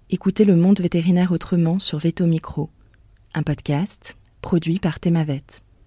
Écoutez le monde vétérinaire autrement sur Veto Micro, un podcast produit par Thémavet.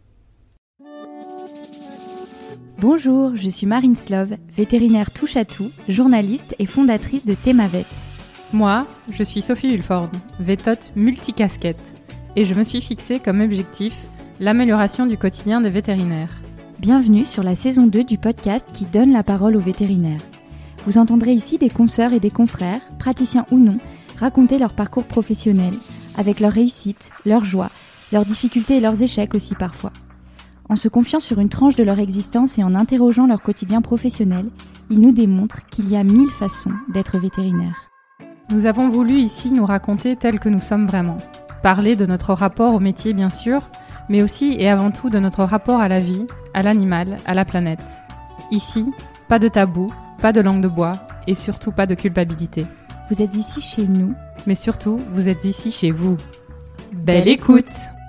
Bonjour, je suis Marine Slove, vétérinaire touche-à-tout, journaliste et fondatrice de Thémavet. Moi, je suis Sophie Hulford, vétote multicasquette, et je me suis fixée comme objectif l'amélioration du quotidien des vétérinaires. Bienvenue sur la saison 2 du podcast qui donne la parole aux vétérinaires. Vous entendrez ici des consoeurs et des confrères, praticiens ou non, raconter leur parcours professionnel, avec leurs réussites, leurs joies, leurs difficultés et leurs échecs aussi parfois. En se confiant sur une tranche de leur existence et en interrogeant leur quotidien professionnel, ils nous démontrent qu'il y a 1000 façons d'être vétérinaire. Nous avons voulu ici nous raconter tels que nous sommes vraiment. Parler de notre rapport au métier bien sûr, mais aussi et avant tout de notre rapport à la vie, à l'animal, à la planète. Ici, pas de tabou, pas de langue de bois et surtout pas de culpabilité. Vous êtes ici chez nous, mais surtout, vous êtes ici chez vous. Belle écoute!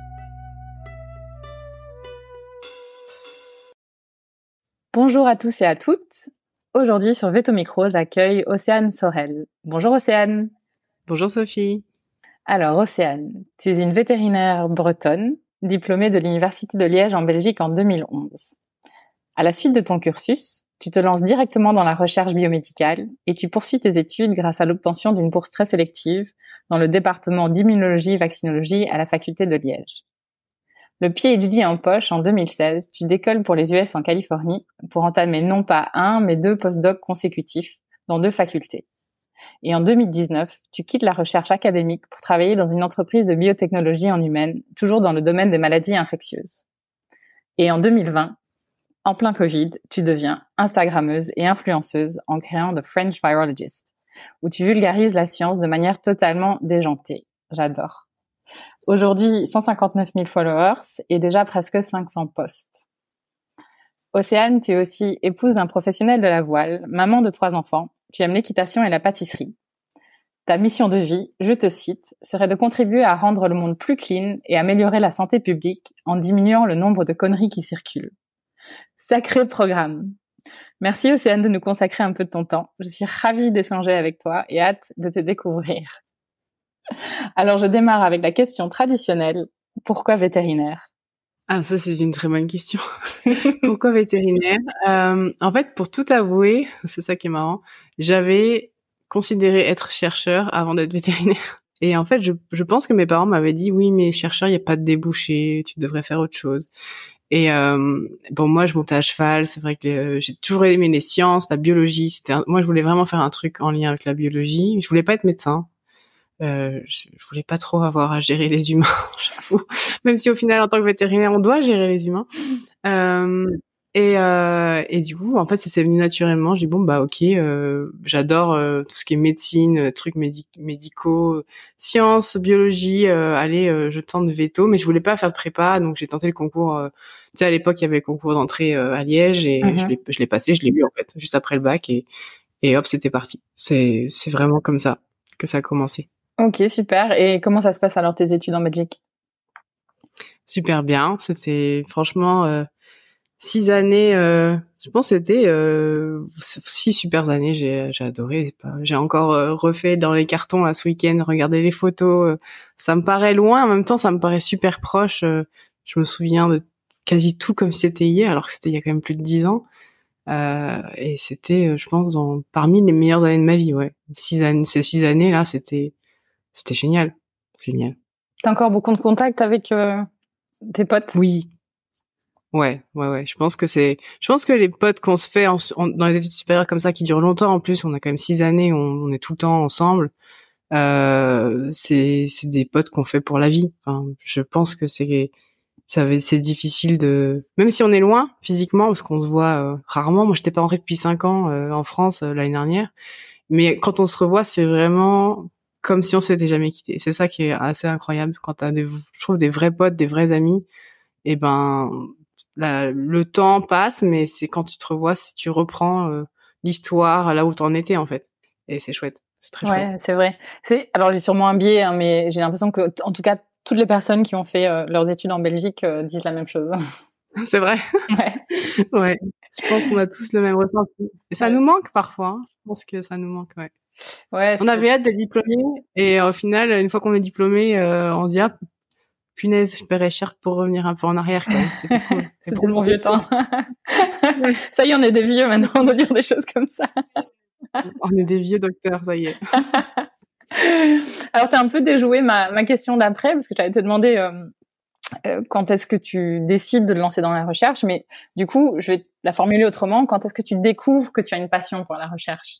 Bonjour à tous et à toutes. Aujourd'hui sur Veto Micro, j'accueille Océane Sorel. Bonjour Océane. Bonjour Sophie. Alors Océane, tu es une vétérinaire bretonne, diplômée de l'Université de Liège en Belgique en 2011. À la suite de ton cursus, tu te lances directement dans la recherche biomédicale et tu poursuis tes études grâce à l'obtention d'une bourse très sélective dans le département d'immunologie-vaccinologie à la faculté de Liège. Le PhD en poche en 2016, tu décolles pour les US en Californie pour entamer non pas un, mais 2 post-docs consécutifs dans 2 facultés. Et en 2019, tu quittes la recherche académique pour travailler dans une entreprise de biotechnologie en humaine, toujours dans le domaine des maladies infectieuses. Et en 2020, en plein Covid, tu deviens Instagrammeuse et influenceuse en créant The French Virologist, où tu vulgarises la science de manière totalement déjantée. J'adore. Aujourd'hui, 159 000 followers et déjà presque 500 posts. Océane, tu es aussi épouse d'un professionnel de la voile, maman de 3 enfants, tu aimes l'équitation et la pâtisserie. Ta mission de vie, je te cite, serait de contribuer à rendre le monde plus clean et améliorer la santé publique en diminuant le nombre de conneries qui circulent. Sacré programme. Merci Océane de nous consacrer un peu de ton temps. Je suis ravie d'échanger avec toi et hâte de te découvrir. Alors je démarre avec la question traditionnelle. Pourquoi vétérinaire ? Ah, ça c'est une très bonne question. Pourquoi vétérinaire ? En fait, pour tout avouer, c'est ça qui est marrant, j'avais considéré être chercheur avant d'être vétérinaire. Et en fait, je pense que mes parents m'avaient dit « Oui, mais chercheur, il n'y a pas de débouché, tu devrais faire autre chose. » Et bon, moi, je montais à cheval. C'est vrai que j'ai toujours aimé les sciences, la biologie. Moi, je voulais vraiment faire un truc en lien avec la biologie. Je voulais pas être médecin. Je voulais pas trop avoir à gérer les humains, j'avoue. Même si au final, en tant que vétérinaire, on doit gérer les humains. Et du coup, en fait, ça s'est venu naturellement. J'ai dit bon, bah ok, j'adore tout ce qui est médecine, trucs médicaux, sciences, biologie. Allez, je tente veto, mais je voulais pas faire de prépa, donc j'ai tenté le concours. Tu sais, à l'époque, il y avait le concours d'entrée à Liège et je l'ai passé, je l'ai eu en fait, juste après le bac et hop, c'était parti. C'est vraiment comme ça que ça a commencé. Ok, super. Et comment ça se passe alors tes études en Belgique ? Super bien. C'était franchement 6 années. Je pense que c'était 6 super années. J'ai adoré. J'ai encore refait dans les cartons là ce week-end, regarder les photos. Ça me paraît loin, en même temps ça me paraît super proche. Je me souviens de quasi tout comme si c'était hier, alors que c'était il y a quand même plus de 10 ans. Et c'était, je pense, parmi les meilleures années de ma vie. Ouais, 6 années. Ces 6 années là, c'était génial. T'as encore beaucoup de contacts avec tes potes ? Oui. Ouais. Je pense que les potes qu'on se fait dans les études supérieures comme ça, qui durent longtemps, en plus, on a quand même 6 années, on est tout le temps ensemble. C'est des potes qu'on fait pour la vie. Enfin, je pense que c'est difficile même si on est loin physiquement, parce qu'on se voit rarement. Moi, j'étais pas rentrée depuis 5 ans en France l'année dernière. Mais quand on se revoit, c'est vraiment comme si on s'était jamais quitté. C'est ça qui est assez incroyable quand t'as je trouve des vrais potes, des vrais amis. Et ben, le temps passe, mais c'est quand tu te revois, si tu reprends l'histoire là où t'en étais en fait. Et c'est chouette. C'est très chouette. Ouais, c'est vrai. Alors j'ai sûrement un biais, hein, mais j'ai l'impression que, en tout cas, toutes les personnes qui ont fait leurs études en Belgique disent la même chose. C'est vrai. Ouais. Ouais. Je pense qu'on a tous le même ressenti. Et ça nous manque parfois. Hein. Je pense que ça nous manque, ouais. Ouais, On avait hâte d'être diplômés et au final, une fois qu'on est diplômé, on se dit ah punaise, je paierais cher pour revenir un peu en arrière quand même. C'était cool. C'était le bon vieux temps. Ça y est, on est des vieux maintenant, on doit dire des choses comme ça. On est des vieux docteurs, ça y est. Alors, t'as un peu déjoué ma question d'après, parce que j'allais te demander quand est-ce que tu décides de te lancer dans la recherche, mais du coup, je vais la formuler autrement. Quand est-ce que tu découvres que tu as une passion pour la recherche?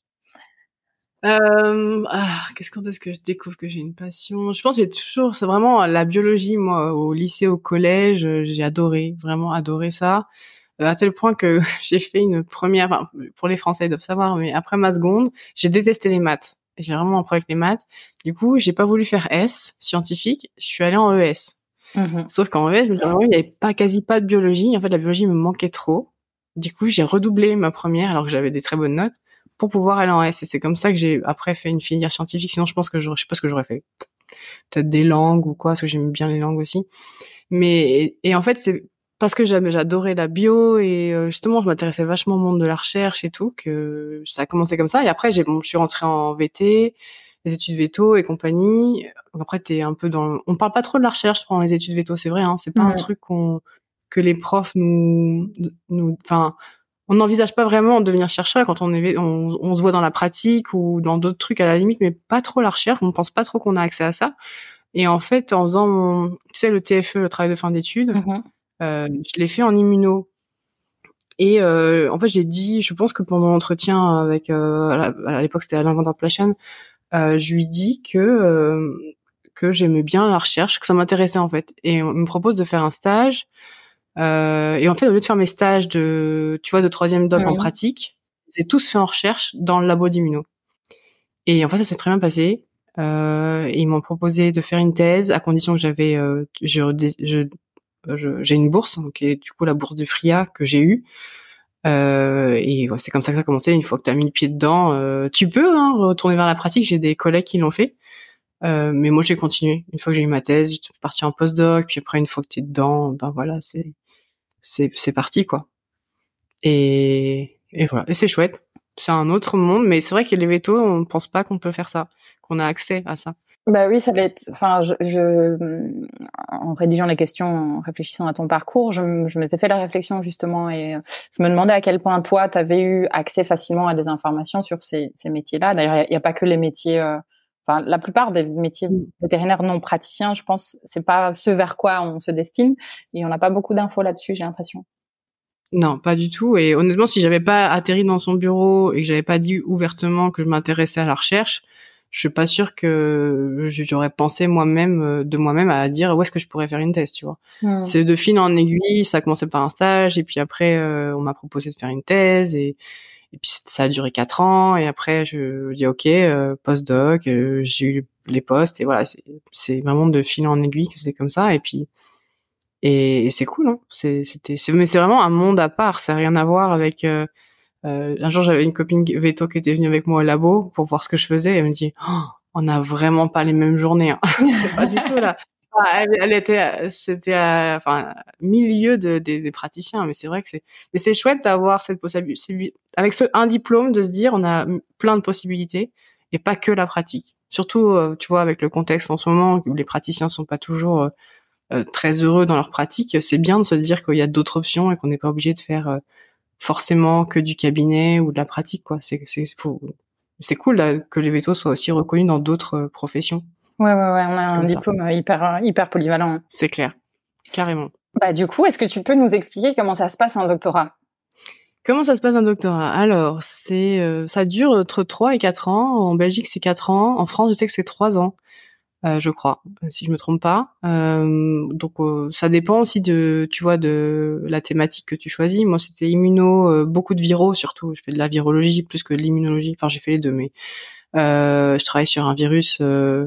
Quand est-ce que je découvre que j'ai une passion? Je pense que c'est vraiment la biologie, moi, au lycée, au collège, j'ai vraiment adoré ça. À tel point que j'ai fait une première, enfin, pour les Français, ils doivent savoir, mais après ma seconde, j'ai détesté les maths. J'ai vraiment un problème avec les maths. Du coup, j'ai pas voulu faire S, scientifique. Je suis allée en ES. Sauf qu'en ES, il y avait quasi pas de biologie. En fait, la biologie me manquait trop. Du coup, j'ai redoublé ma première, alors que j'avais des très bonnes notes, pour pouvoir aller en S. Et c'est comme ça que j'ai après fait une filière scientifique. Sinon, je sais pas ce que j'aurais fait. Peut-être des langues ou quoi, parce que j'aime bien les langues aussi. Mais, et en fait, c'est parce que j'adorais la bio et justement, je m'intéressais vachement au monde de la recherche et tout, que ça a commencé comme ça. Et après, je suis rentrée en VT, les études véto et compagnie. Après, t'es un peu on parle pas trop de la recherche pendant les études véto, c'est vrai, hein. C'est pas un truc que les profs enfin, on n'envisage pas vraiment de devenir chercheur quand on se voit dans la pratique ou dans d'autres trucs à la limite, mais pas trop la recherche. On pense pas trop qu'on a accès à ça. Et en fait, en faisant le TFE, le travail de fin d'études, je l'ai fait en immuno. Et en fait, je pense que pendant l'entretien avec, à l'époque c'était Alain Van der Plachen, je lui dis que j'aimais bien la recherche, que ça m'intéressait en fait. Et on me propose de faire un stage. Et en fait, au lieu de faire mes stages de troisième doc en pratique, c'est tous fait en recherche dans le labo d'immuno. Et en fait, ça s'est très bien passé. Ils m'ont proposé de faire une thèse à condition que j'ai une bourse, qui est du coup la bourse du FRIA que j'ai eue. Et c'est comme ça que ça a commencé. Une fois que t'as mis le pied dedans, tu peux retourner vers la pratique. J'ai des collègues qui l'ont fait. Mais moi, j'ai continué. Une fois que j'ai eu ma thèse, je suis partie en postdoc. Puis après, une fois que t'es dedans, ben voilà, c'est parti, quoi. Et voilà. Et c'est chouette. C'est un autre monde, mais c'est vrai que les vétos, on ne pense pas qu'on peut faire ça, qu'on a accès à ça. Bah oui, ça va être. Enfin, en rédigeant les questions, en réfléchissant à ton parcours, je m'étais fait la réflexion justement, et je me demandais à quel point toi, t'avais eu accès facilement à des informations sur ces métiers-là. D'ailleurs, il y a pas que les métiers. Enfin, la plupart des métiers vétérinaires non praticiens, je pense, c'est pas ce vers quoi on se destine, et on n'a pas beaucoup d'infos là-dessus, j'ai l'impression. Non, pas du tout. Et honnêtement, si j'avais pas atterri dans son bureau et que j'avais pas dit ouvertement que je m'intéressais à la recherche, je suis pas sûre que j'aurais pensé de moi-même à dire où est-ce que je pourrais faire une thèse, tu vois. C'est de fil en aiguille, ça a commencé par un stage et puis après on m'a proposé de faire une thèse et puis ça a duré 4 ans et après je dis OK, postdoc, j'ai eu les postes et voilà, c'est vraiment de fil en aiguille que c'est comme ça et puis et c'est cool, hein. Mais c'est vraiment un monde à part, ça a rien à voir avec un jour, j'avais une copine véto qui était venue avec moi au labo pour voir ce que je faisais. Et elle me dit, oh, on n'a vraiment pas les mêmes journées. Hein. C'est pas du tout là. C'était à milieu des praticiens. Mais c'est vrai que mais c'est chouette d'avoir cette possibilité. Avec un diplôme, de se dire, on a plein de possibilités et pas que la pratique. Surtout, tu vois, avec le contexte en ce moment où les praticiens sont pas toujours très heureux dans leur pratique. C'est bien de se dire qu'il y a d'autres options et qu'on n'est pas obligé de faire forcément que du cabinet ou de la pratique, quoi. C'est cool là, que les vétos soient aussi reconnus dans d'autres professions. Ouais, on a un diplôme hyper polyvalent. C'est clair, carrément. Bah du coup, est-ce que tu peux nous expliquer comment ça se passe un doctorat? Comment ça se passe un doctorat? Alors, ça dure entre 3 et 4 ans. En Belgique, c'est 4 ans. En France, je sais que c'est 3 ans. Je crois, si je me trompe pas. Donc ça dépend aussi de la thématique que tu choisis. Moi, c'était immuno, beaucoup de viraux surtout. Je fais de la virologie plus que de l'immunologie. Enfin, j'ai fait les deux, mais je travaille sur un virus à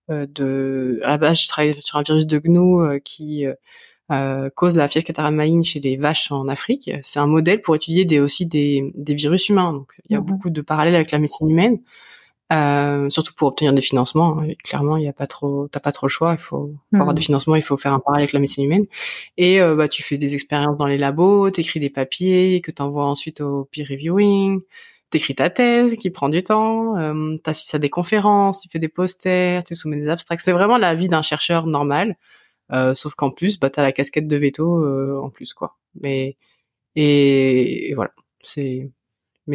la base, je travaille sur un virus de GNU qui cause la fièvre catarrhale maligne chez les vaches en Afrique. C'est un modèle pour étudier aussi des virus humains. Donc, il y a beaucoup de parallèles avec la médecine humaine. Surtout pour obtenir des financements, hein. Clairement, t'as pas trop le choix. Pour avoir des financements, il faut faire un parallèle avec la médecine humaine. Et tu fais des expériences dans les labos, t'écris des papiers que t'envoies ensuite au peer reviewing. t'écris ta thèse, qui prend du temps, t'assistes à des conférences, tu fais des posters, tu soumets des abstracts. C'est vraiment la vie d'un chercheur normal, sauf qu'en plus, bah, t'as la casquette de veto en plus, quoi. Et voilà, mais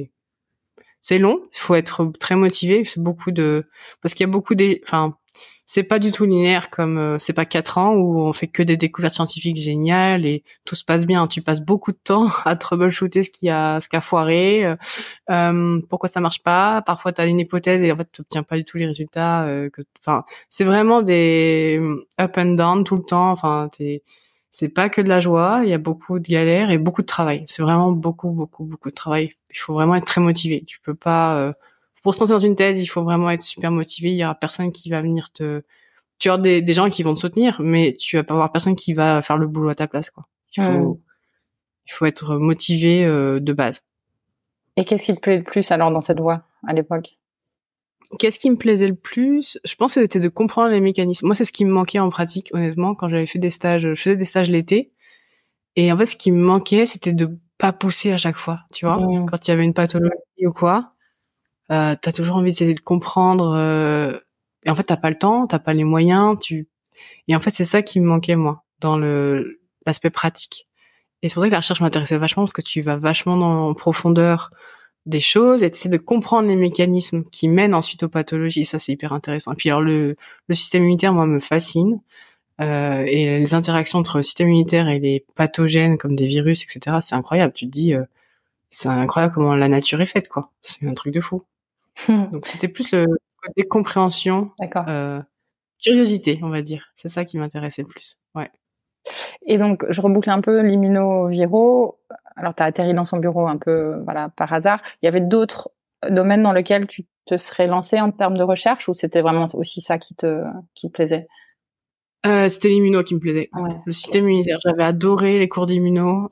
c'est long. Il faut être très motivé. C'est parce qu'il y a enfin, c'est pas du tout linéaire comme c'est pas 4 ans où on fait que des découvertes scientifiques géniales et tout se passe bien. Tu passes beaucoup de temps à troubleshooter ce qui a foiré, pourquoi ça marche pas. Parfois t'as une hypothèse et en fait tu obtiens pas du tout les résultats enfin, c'est vraiment des up and down tout le temps. Enfin, c'est pas que de la joie, il y a beaucoup de galères et beaucoup de travail. C'est vraiment beaucoup de travail. Il faut vraiment être très motivé. Tu peux pas pour se lancer dans une thèse, il faut vraiment être super motivé. Il y aura personne qui va venir tu auras des gens qui vont te soutenir, mais tu vas pas avoir personne qui va faire le boulot à ta place, quoi. Il faut être motivé de base. Et qu'est-ce qui te plaît le plus alors dans cette voie à l'époque? Qu'est-ce qui me plaisait le plus? Je pense que c'était de comprendre les mécanismes. Moi, c'est ce qui me manquait en pratique, honnêtement, quand j'avais fait des stages. Je faisais des stages l'été. Et en fait, ce qui me manquait, c'était de pas pousser à chaque fois, tu vois. Quand il y avait une pathologie ou quoi, t'as toujours envie d'essayer de comprendre. Et en fait, t'as pas le temps, t'as pas les moyens. Et en fait, c'est ça qui me manquait, moi, dans l'aspect pratique. Et c'est pour ça que la recherche m'intéressait vachement, parce que tu vas vachement en profondeur des choses et tu essaies de comprendre les mécanismes qui mènent ensuite aux pathologies. Et ça, c'est hyper intéressant. Et puis alors, le système immunitaire, moi, me fascine. Et les interactions entre le système immunitaire et les pathogènes comme des virus, etc., c'est incroyable. Tu te dis, c'est incroyable comment la nature est faite, quoi. C'est un truc de fou. Donc c'était plus le côté compréhension, curiosité, on va dire. C'est ça qui m'intéressait le plus. Ouais. Et donc, je reboucle un peu l'immunoviro. Alors, tu as atterri dans son bureau un peu, voilà, par hasard. Il y avait d'autres domaines dans lesquels tu te serais lancé en termes de recherche, ou c'était vraiment aussi ça qui te plaisait? C'était l'immuno qui me plaisait. Ouais. Le système immunitaire. J'avais adoré les cours d'immuno.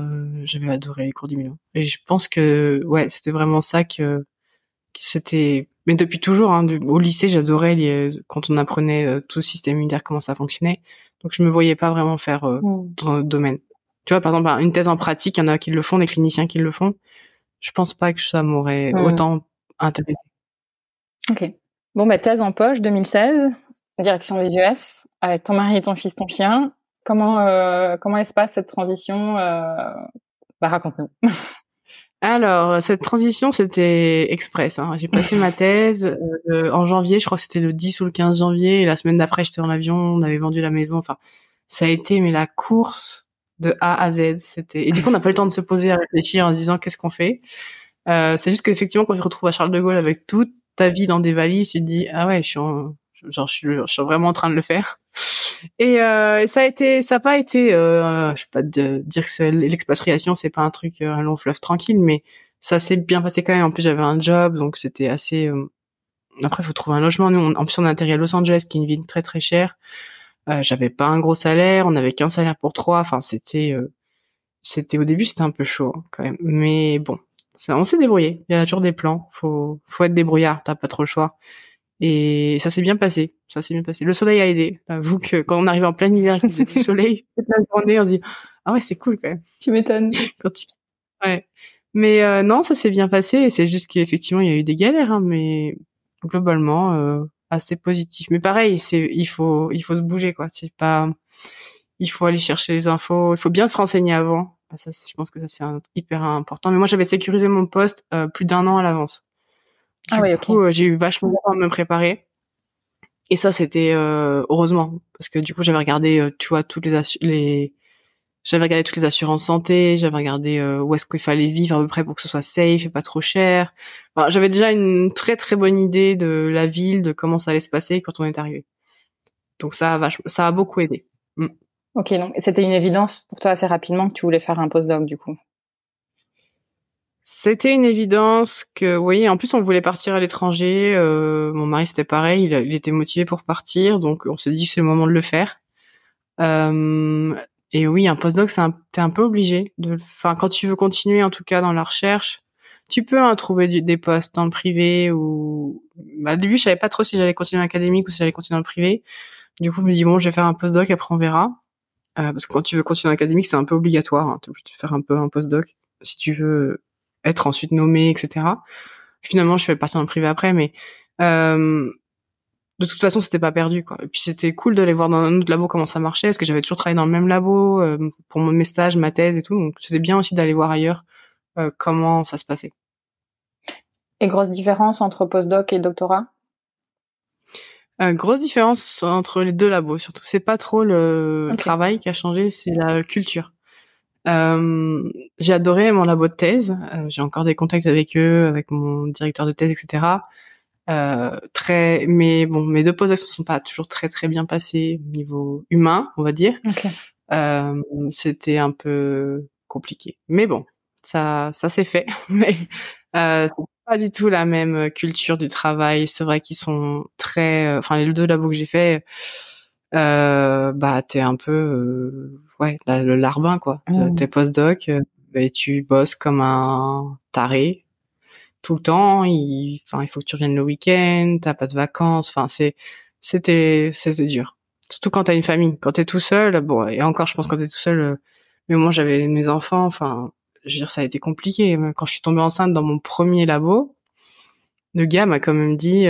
Et je pense que, ouais, c'était vraiment ça que c'était, mais depuis toujours, hein, au lycée, j'adorais quand on apprenait tout le système immunitaire, comment ça fonctionnait. Donc, je me voyais pas vraiment faire dans un autre domaine. Tu vois, par exemple, une thèse en pratique, il y en a qui le font, des cliniciens qui le font. Je pense pas que ça m'aurait autant intéressé. Ok. Bon, bah, thèse en poche, 2016, direction des US, avec ton mari, ton fils, ton chien. Comment elle se passe, cette transition? Raconte-nous. Alors, cette transition, c'était express, hein. J'ai passé ma thèse en janvier, je crois que c'était le 10 ou le 15 janvier, et la semaine d'après, j'étais en avion, on avait vendu la maison, enfin, ça a été, mais la course de A à Z, et du coup, on n'a pas eu le temps de se poser à réfléchir en se disant qu'est-ce qu'on fait. C'est juste qu'effectivement, quand tu te retrouves à Charles de Gaulle avec toute ta vie dans des valises, tu te dis, ah ouais, je suis vraiment en train de le faire. Et ça a pas été, je vais pas te dire que l'expatriation, c'est pas un truc, un long fleuve tranquille, mais ça s'est bien passé quand même. En plus, j'avais un job, donc c'était assez, après, il faut trouver un logement. Nous, en plus, on a atterri à Los Angeles, qui est une ville très très chère. J'avais pas un gros salaire, on avait qu'un salaire pour 3. Enfin, c'était au début, c'était un peu chaud, hein, quand même. Mais bon, on s'est débrouillé. Il y a toujours des plans. Faut être débrouillard. T'as pas trop le choix. Et ça s'est bien passé. Le soleil a aidé. J'avoue que quand on arrive en plein hiver, qu'il faisait du soleil toute la journée, on se dit, ah ouais, c'est cool, quand même. Tu m'étonnes. Ouais. Mais, non, ça s'est bien passé. Et c'est juste qu'effectivement, il y a eu des galères, hein, mais globalement, assez positif. Mais pareil, il faut se bouger, quoi. Il faut aller chercher les infos. Il faut bien se renseigner avant. Ça, je pense que ça, c'est hyper important. Mais moi, j'avais sécurisé mon poste, plus d'1 an à l'avance. Du coup, j'ai eu vachement de temps à me préparer. Et ça, c'était heureusement, parce que du coup, j'avais regardé, tu vois, j'avais regardé toutes les assurances santé, j'avais regardé où est-ce qu'il fallait vivre à peu près pour que ce soit safe et pas trop cher. Enfin, j'avais déjà une très très bonne idée de la ville, de comment ça allait se passer quand on est arrivé. Donc ça a beaucoup aidé. Ok, donc c'était une évidence pour toi assez rapidement que tu voulais faire un postdoc, du coup. C'était une évidence que, oui, en plus on voulait partir à l'étranger. Mon mari c'était pareil, il était motivé pour partir, donc on se dit que c'est le moment de le faire. Et oui, un postdoc, t'es un peu obligé enfin, quand tu veux continuer en tout cas dans la recherche, tu peux trouver des postes dans le privé ou. Au début, je savais pas trop si j'allais continuer en académique ou si j'allais continuer dans le privé. Du coup, je me dis bon, je vais faire un postdoc, après on verra. Parce que quand tu veux continuer en académique, c'est un peu obligatoire. T'es obligé de faire un peu un postdoc si tu veux être ensuite nommé, etc. Finalement, je suis partie dans le privé après, mais de toute façon, c'était pas perdu, quoi. Et puis c'était cool d'aller voir dans un autre labo comment ça marchait, parce que j'avais toujours travaillé dans le même labo pour mes stages, ma thèse et tout. Donc c'était bien aussi d'aller voir ailleurs comment ça se passait. Et grosse différence entre postdoc et doctorat? Grosse différence entre les deux labos, surtout. C'est pas trop le travail qui a changé, c'est la culture. J'ai adoré mon labo de thèse. J'ai encore des contacts avec eux, avec mon directeur de thèse, etc. Mais bon, mes deux postdocs se sont pas toujours très très bien passés au niveau humain, on va dire. C'était un peu compliqué. Mais bon, ça s'est fait. Mais c'est pas du tout la même culture du travail. C'est vrai qu'ils sont très, enfin les deux labos que j'ai fait, t'es un peu, le larbin quoi. T'es postdoc, et tu bosses comme un taré tout le temps. Il faut que tu reviennes le week-end, t'as pas de vacances. Enfin, c'était dur. Surtout quand t'as une famille. Quand t'es tout seul, bon, et encore, je pense quand t'es tout seul. Mais moi, j'avais mes enfants. Enfin, je veux dire, ça a été compliqué. Quand je suis tombée enceinte dans mon premier labo, le gars m'a quand même dit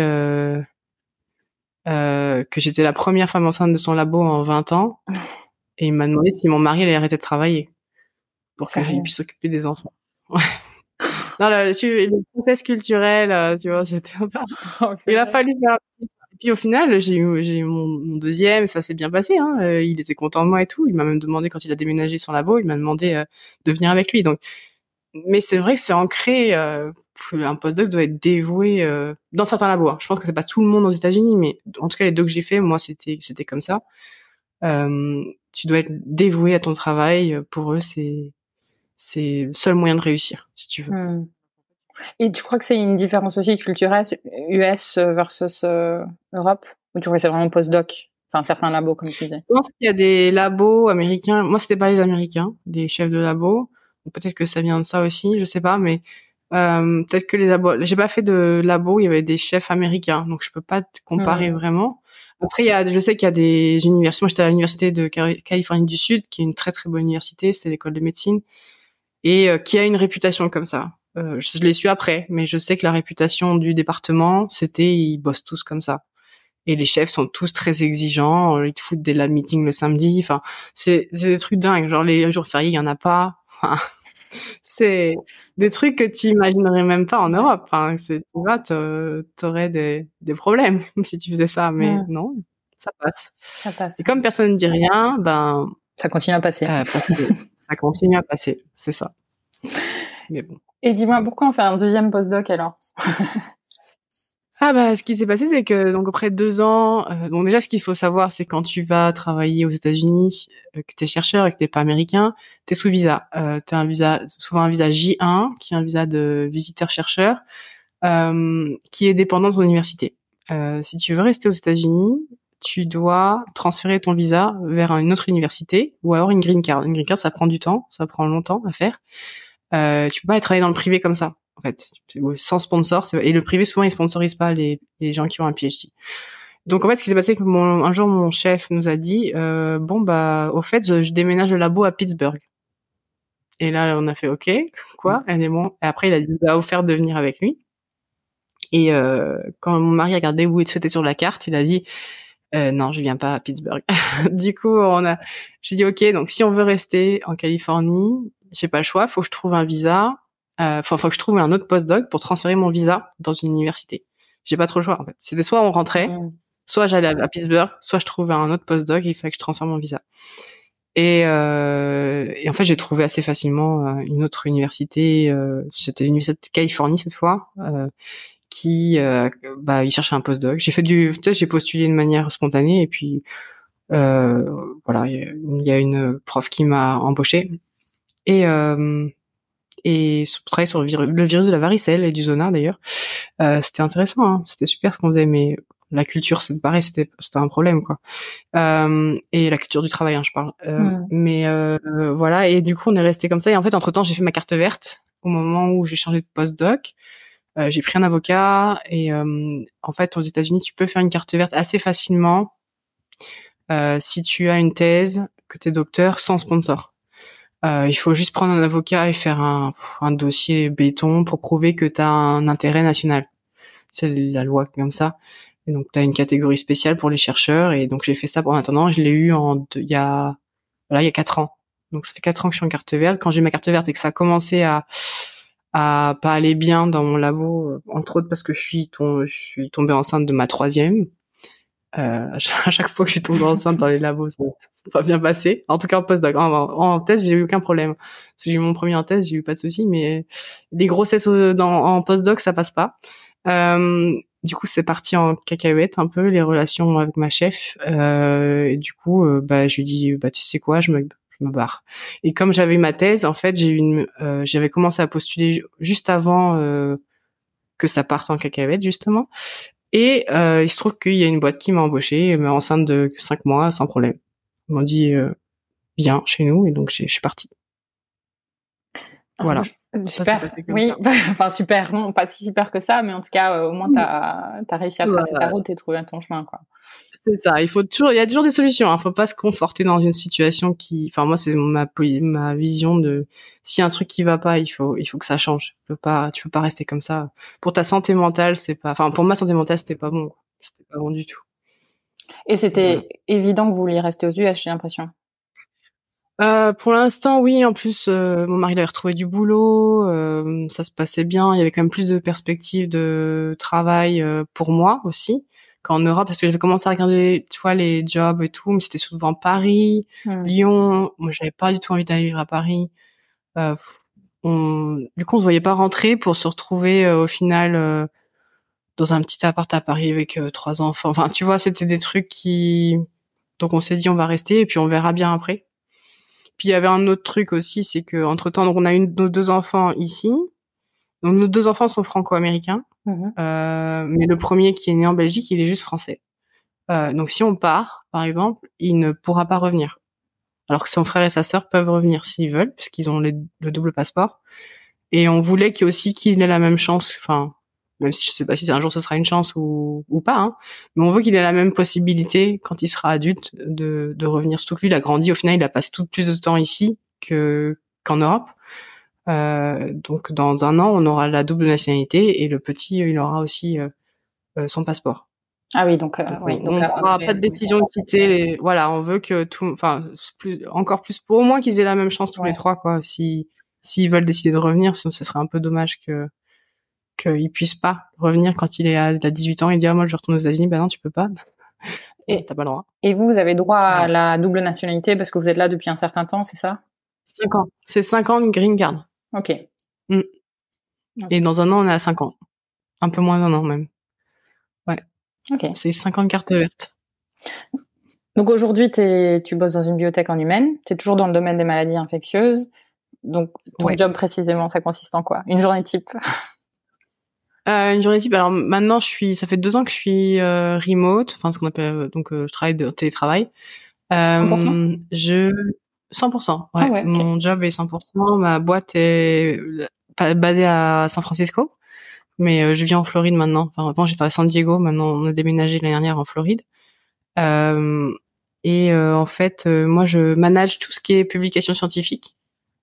que j'étais la première femme enceinte de son labo en 20 ans. Et il m'a demandé si mon mari allait arrêter de travailler pour que je puisse s'occuper des enfants. Ouais. Non, le process culturel, tu vois, c'était un peu... Il a fallu faire un petit... Et puis au final, j'ai eu mon deuxième, ça s'est bien passé, hein. Il était content de moi et tout. Il m'a même demandé, quand il a déménagé son labo, il m'a demandé de venir avec lui. Donc, mais c'est vrai que c'est ancré, un postdoc doit être dévoué dans certains labos. Hein. Je pense que c'est pas tout le monde aux États-Unis, mais en tout cas les deux que j'ai fait, moi c'était comme ça. Tu dois être dévoué à ton travail. Pour eux, c'est le seul moyen de réussir, si tu veux. Et tu crois que c'est une différence aussi culturelle, US versus Europe? Ou tu crois que c'est vraiment postdoc? Enfin, certains labos, comme tu disais. Je pense qu'il y a des labos américains. Moi, c'était pas les Américains, les chefs de labo. Peut-être que ça vient de ça aussi, je sais pas, mais peut-être que les labos... J'ai pas fait de labo, il y avait des chefs américains, donc je peux pas te comparer vraiment. Après, je sais qu'il y a des universités. Moi, j'étais à l'université de Californie du Sud, qui est une très très bonne université. C'était l'école de médecine. Et qui a une réputation comme ça. Je l'ai su après, mais je sais que la réputation du département, c'était ils bossent tous comme ça. Et les chefs sont tous très exigeants, ils te foutent des lab meetings le samedi, enfin, c'est des trucs dingues, genre les jours fériés, il y en a pas. Enfin, c'est des trucs que tu imaginerais même pas en Europe. Enfin, tu vois, t'aurais des problèmes si tu faisais ça, mais non, ça passe. Ça passe. Et comme personne ne dit rien, ça continue à passer. Ça continue à passer, c'est ça. Mais bon. Et dis-moi, pourquoi on fait un deuxième postdoc alors? Ce qui s'est passé, c'est que donc après 2 ans, donc déjà ce qu'il faut savoir, c'est quand tu vas travailler aux États-Unis, que t'es chercheur et que t'es pas américain, t'es sous visa. T'as un visa, souvent un visa J1, qui est un visa de visiteur-chercheur, qui est dépendant de ton université. Si tu veux rester aux États-Unis, tu dois transférer ton visa vers une autre université ou alors une green card. Une green card, ça prend du temps, ça prend longtemps à faire. Tu peux pas travailler dans le privé comme ça, en fait, sans sponsor. Et le privé, souvent, ils sponsorisent pas les gens qui ont un PhD. Donc, en fait, ce qui s'est passé, c'est que un jour, mon chef nous a dit, au fait, je déménage le labo à Pittsburgh. Et là, on a fait, OK, quoi? Elle est bon. Et après, il a offert de venir avec lui. Et quand mon mari a regardé où c'était sur la carte, il a dit, non, je viens pas à Pittsburgh. Du coup, j'ai dit, OK, donc si on veut rester en Californie, j'ai pas le choix, faut que je trouve un visa, faut que je trouve un autre postdoc pour transférer mon visa dans une université. J'ai pas trop le choix, en fait. C'était soit on rentrait, soit j'allais à Pittsburgh, soit je trouvais un autre postdoc et il fallait que je transfère mon visa. Et en fait, j'ai trouvé assez facilement une autre université, c'était l'université de Californie cette fois, qui il cherchait un postdoc. J'ai postulé de manière spontanée et puis voilà, il y a une prof qui m'a embauchée et travailler sur le virus de la varicelle et du zona d'ailleurs. C'était intéressant, hein, c'était super ce qu'on faisait, mais la culture, c'est pareil, c'était un problème quoi. Et la culture du travail, hein, je parle. Mais voilà, et du coup on est resté comme ça. Et en fait, entre temps, j'ai fait ma carte verte au moment où j'ai changé de postdoc. J'ai pris un avocat et en fait aux États-Unis tu peux faire une carte verte assez facilement si tu as une thèse, que t'es docteur sans sponsor. Il faut juste prendre un avocat et faire un dossier béton pour prouver que tu as un intérêt national. C'est la loi comme ça. Et donc, tu as une catégorie spéciale pour les chercheurs. Et donc, j'ai fait ça en attendant. Je l'ai eu il y a 4 ans. Donc, ça fait 4 ans que je suis en carte verte. Quand j'ai ma carte verte et que ça a commencé à pas aller bien dans mon labo, entre autres parce que je suis tombée enceinte de ma 3e. À chaque fois que je suis tombée enceinte dans les labos, ça n'a pas bien passé. En tout cas, en postdoc. En thèse, j'ai eu aucun problème. Parce que j'ai eu mon premier en thèse, j'ai eu pas de soucis, mais des grossesses en postdoc, ça passe pas. Du coup, c'est parti en cacahuète un peu, les relations avec ma chef. Et du coup, je lui dis, tu sais quoi, je me barre. Et comme j'avais eu ma thèse, en fait, j'avais commencé à postuler juste avant que ça parte en cacahuète, justement. Et il se trouve qu'il y a une boîte qui m'a embauchée, mais enceinte de 5 mois, sans problème. Ils m'ont dit viens chez nous, et donc je suis partie. Voilà. Super. Oui, enfin super, non, pas si super que ça, mais en tout cas, au moins t'as réussi à tracer ta route et trouver ton chemin, quoi. C'est ça. Il y a toujours des solutions. Hein. Faut pas se conforter dans une situation moi, c'est ma vision de, s'il y a un truc qui va pas, il faut que ça change. Tu peux pas rester comme ça. Pour ta santé mentale, pour ma santé mentale, c'était pas bon. C'était pas bon du tout. Et c'était évident que vous vouliez rester aux US, j'ai l'impression. Pour l'instant, oui. En plus, mon mari avait retrouvé du boulot. Ça se passait bien. Il y avait quand même plus de perspectives de travail pour moi aussi qu'en Europe, parce que j'avais commencé à regarder, tu vois, les jobs et tout, mais c'était souvent Paris, Lyon. Moi, j'avais pas du tout envie d'aller vivre à Paris. Du coup, on se voyait pas rentrer pour se retrouver au final dans un petit appart à Paris avec 3 enfants. Enfin, tu vois, c'était des trucs donc on s'est dit on va rester et puis on verra bien après. Puis il y avait un autre truc aussi, c'est que entre-temps, donc on a nos 2 enfants ici. Donc nos 2 enfants sont franco-américains, mais le premier qui est né en Belgique, il est juste français. Donc si on part, par exemple, il ne pourra pas revenir. Alors que son frère et sa sœur peuvent revenir s'ils veulent, puisqu'ils ont le double passeport. Et on voulait qu'il ait la même chance, enfin, même si je sais pas si un jour ce sera une chance ou pas, hein, mais on veut qu'il ait la même possibilité quand il sera adulte de revenir. Surtout que lui, il a grandi, au final, il a passé plus de temps ici qu'en Europe. Donc dans un an, on aura la double nationalité et le petit, il aura aussi son passeport. Ah oui, donc on n'aura pas de décision de quitter. Voilà, on veut que encore plus pour au moins qu'ils aient la même chance tous les 3, quoi. S'ils veulent décider de revenir, sinon ce serait un peu dommage qu'ils puissent pas revenir quand il a 18 ans et dire moi je retourne aux États-Unis. Ben non, tu peux pas. Et t'as pas le droit. Et vous avez droit à la double nationalité parce que vous êtes là depuis un certain temps, c'est ça? 5 ans. C'est 5 ans de green card. Ok. Et dans un an, on est à 5 ans. Un peu moins d'un an même. Ouais. Ok. C'est 5 ans de carte verte. Donc aujourd'hui, tu bosses dans une biotech en humaine. T'es toujours dans le domaine des maladies infectieuses. Donc ton job précisément, ça consiste en quoi? Une journée type? Une journée type. Alors maintenant, ça fait 2 ans que je suis remote, enfin ce qu'on appelle je travaille de télétravail. 100%? 100%. Ouais. Okay. Mon job est 100%. Ma boîte est basée à San Francisco, mais je vis en Floride maintenant. Enfin, avant j'étais à San Diego. Maintenant, on a déménagé l'année dernière en Floride. En fait, moi, je manage tout ce qui est publication scientifique.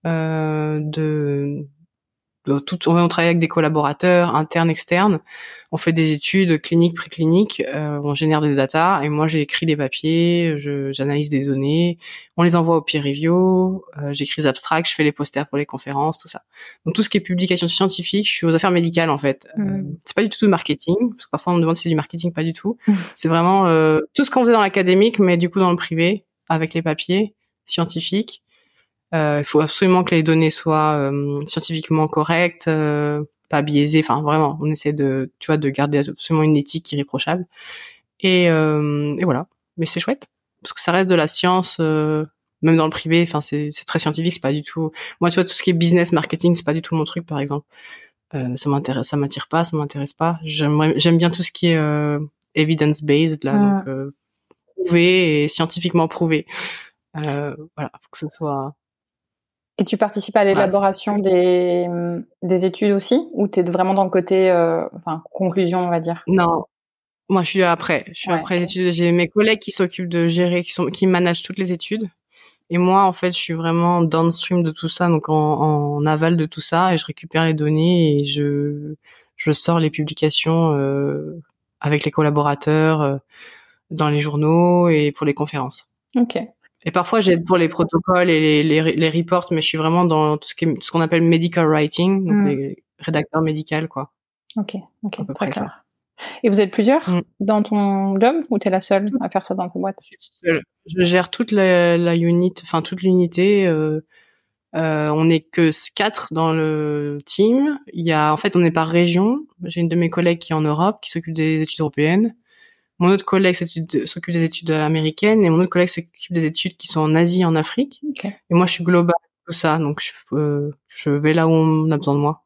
On travaille avec des collaborateurs internes, externes. On fait des études cliniques, précliniques. On génère des data et moi j'écris les papiers, j'analyse des données. On les envoie au peer review. J'écris les abstracts, je fais les posters pour les conférences, tout ça. Donc tout ce qui est publication scientifique, je suis aux affaires médicales en fait. C'est pas du tout du marketing parce que parfois on me demande si c'est du marketing, pas du tout. C'est vraiment tout ce qu'on faisait dans l'académique, mais du coup dans le privé avec les papiers scientifiques. Il faut absolument que les données soient scientifiquement correctes, pas biaisées. Enfin, vraiment, on essaie de garder absolument une éthique irréprochable. Et voilà. Mais c'est chouette parce que ça reste de la science, même dans le privé. Enfin, c'est très scientifique. C'est pas du tout. Moi, tu vois, tout ce qui est business, marketing, c'est pas du tout mon truc, par exemple. Ça m'attire pas, ça m'intéresse pas. J'aime bien tout ce qui est evidence based là, donc prouvé et scientifiquement prouvé. Voilà, faut que ce soit. Et tu participes à l'élaboration des études aussi, ou t'es vraiment dans le côté conclusion, on va dire? Non, moi je suis après. Après les études. J'ai mes collègues qui s'occupent de gérer, qui managent toutes les études. Et moi, en fait, je suis vraiment downstream de tout ça, donc en aval de tout ça, et je récupère les données et je sors les publications avec les collaborateurs dans les journaux et pour les conférences. Ok. Et parfois, j'aide pour les protocoles et les reports, mais je suis vraiment dans tout ce qu'on appelle medical writing, donc les rédacteurs médicaux, quoi. Ok, À peu très près clair. ça. Et vous êtes plusieurs dans ton job ou t'es la seule à faire ça dans ta boîte? Je suis toute seule. Je gère toute la unit, enfin toute l'unité. On n'est que 4 dans le team. En fait, on est par région. J'ai une de mes collègues qui est en Europe, qui s'occupe des études européennes. Mon autre collègue s'occupe des études américaines et mon autre collègue s'occupe des études qui sont en Asie et en Afrique. Okay. Et moi, je suis globale, tout ça. Donc, je vais là où on a besoin de moi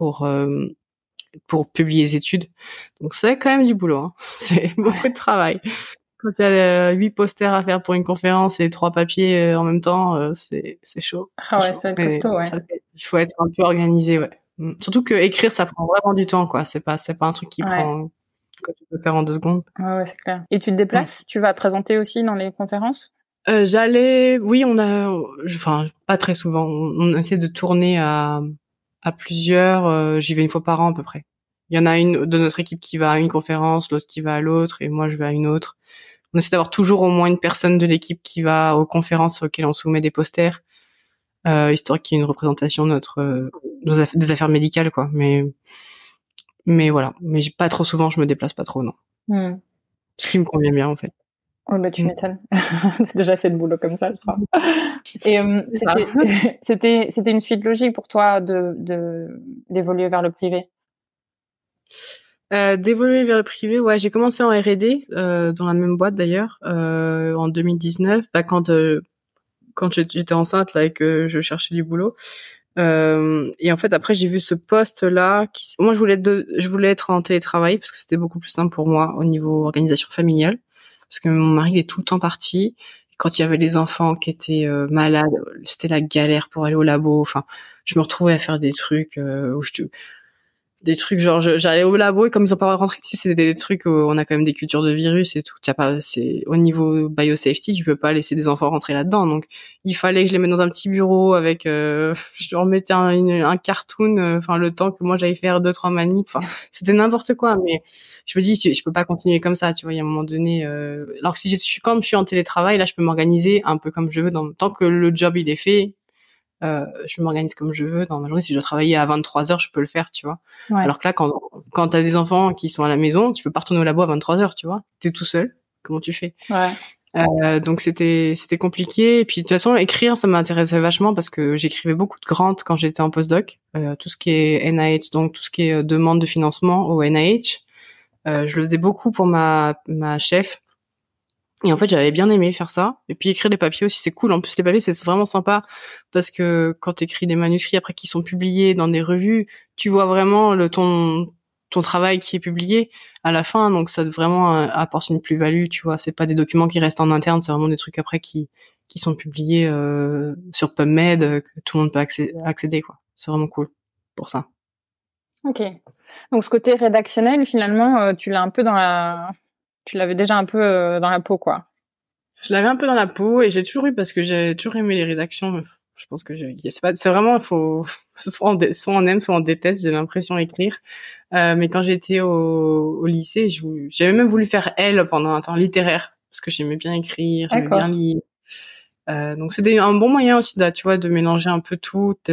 pour publier les études. Donc, c'est quand même du boulot. Hein. C'est beaucoup de travail. Quand il y a 8 posters à faire pour une conférence et 3 papiers en même temps, c'est chaud. Ah ouais, ça va être costaud, ouais. Il faut être un peu organisé, ouais. Surtout que écrire, ça prend vraiment du temps, quoi. C'est pas un truc qui prend que tu peux faire en 2 secondes. Ouais, c'est clair. Et tu te déplaces? Tu vas te présenter aussi dans les conférences? Oui, enfin, pas très souvent. On essaie de tourner à plusieurs. J'y vais une fois par an à peu près. Il y en a une de notre équipe qui va à une conférence, l'autre qui va à l'autre, et moi je vais à une autre. On essaie d'avoir toujours au moins une personne de l'équipe qui va aux conférences auxquelles on soumet des posters, histoire qu'il y ait une représentation de des affaires médicales, quoi. Mais voilà. Mais pas trop souvent, je me déplace pas trop, non. Ce qui me convient bien, en fait. Oh, bah, tu m'étonnes. C'est déjà assez de boulot comme ça, je crois. Et, c'était une suite logique pour toi d'évoluer vers le privé? D'évoluer vers le privé, ouais, j'ai commencé en R&D, dans la même boîte d'ailleurs, en 2019, quand j'étais enceinte, là, et que je cherchais du boulot. Et en fait, après, j'ai vu ce poste-là moi, je voulais être en télétravail parce que c'était beaucoup plus simple pour moi au niveau organisation familiale. Parce que mon mari, il est tout le temps parti. Quand il y avait les enfants qui étaient malades, c'était la galère pour aller au labo. Enfin, je me retrouvais à faire des trucs genre j'allais au labo et comme ils ont pas rentré ici, c'était des trucs où on a quand même des cultures de virus et tout. C'est au niveau biosafety, tu peux pas laisser des enfants rentrer là-dedans. Donc il fallait que je les mette dans un petit bureau avec je leur mettais un cartoon, enfin le temps que moi j'allais faire 2-3 manips. Enfin, c'était n'importe quoi, mais je me dis je peux pas continuer comme ça, tu vois, il y a un moment donné alors que comme je suis en télétravail, là je peux m'organiser un peu comme je veux tant que le job il est fait. Je m'organise comme je veux dans ma journée. Si je dois travailler à 23h, je peux le faire, tu vois. Ouais. Alors que là, quand t'as des enfants qui sont à la maison, tu peux pas retourner au labo à 23h, tu vois. T'es tout seul. Comment tu fais? Ouais. Donc c'était compliqué. Et puis de toute façon, écrire, ça m'intéressait vachement parce que j'écrivais beaucoup de grants quand j'étais en postdoc. Tout ce qui est NIH, donc tout ce qui est demande de financement au NIH. Je le faisais beaucoup pour ma chef. Et en fait, j'avais bien aimé faire ça. Et puis écrire des papiers aussi, c'est cool. En plus, les papiers, c'est vraiment sympa parce que quand t'écris des manuscrits après qui sont publiés dans des revues, tu vois vraiment ton travail qui est publié à la fin. Donc ça vraiment apporte une plus-value, tu vois. C'est pas des documents qui restent en interne, c'est vraiment des trucs après qui sont publiés sur PubMed, que tout le monde peut accéder, quoi. C'est vraiment cool pour ça. Ok. Donc ce côté rédactionnel, finalement, tu l'avais déjà un peu dans la peau, quoi. Je l'avais un peu dans la peau et j'ai toujours eu parce que j'ai toujours aimé les rédactions. Je pense que c'est vraiment soit on aime, soit on déteste. J'ai l'impression d'écrire. Mais quand j'étais au lycée, j'avais même voulu faire L pendant un temps littéraire parce que j'aimais bien écrire, j'aimais bien lire. Donc c'était un bon moyen aussi, là, tu vois, de mélanger un peu toutes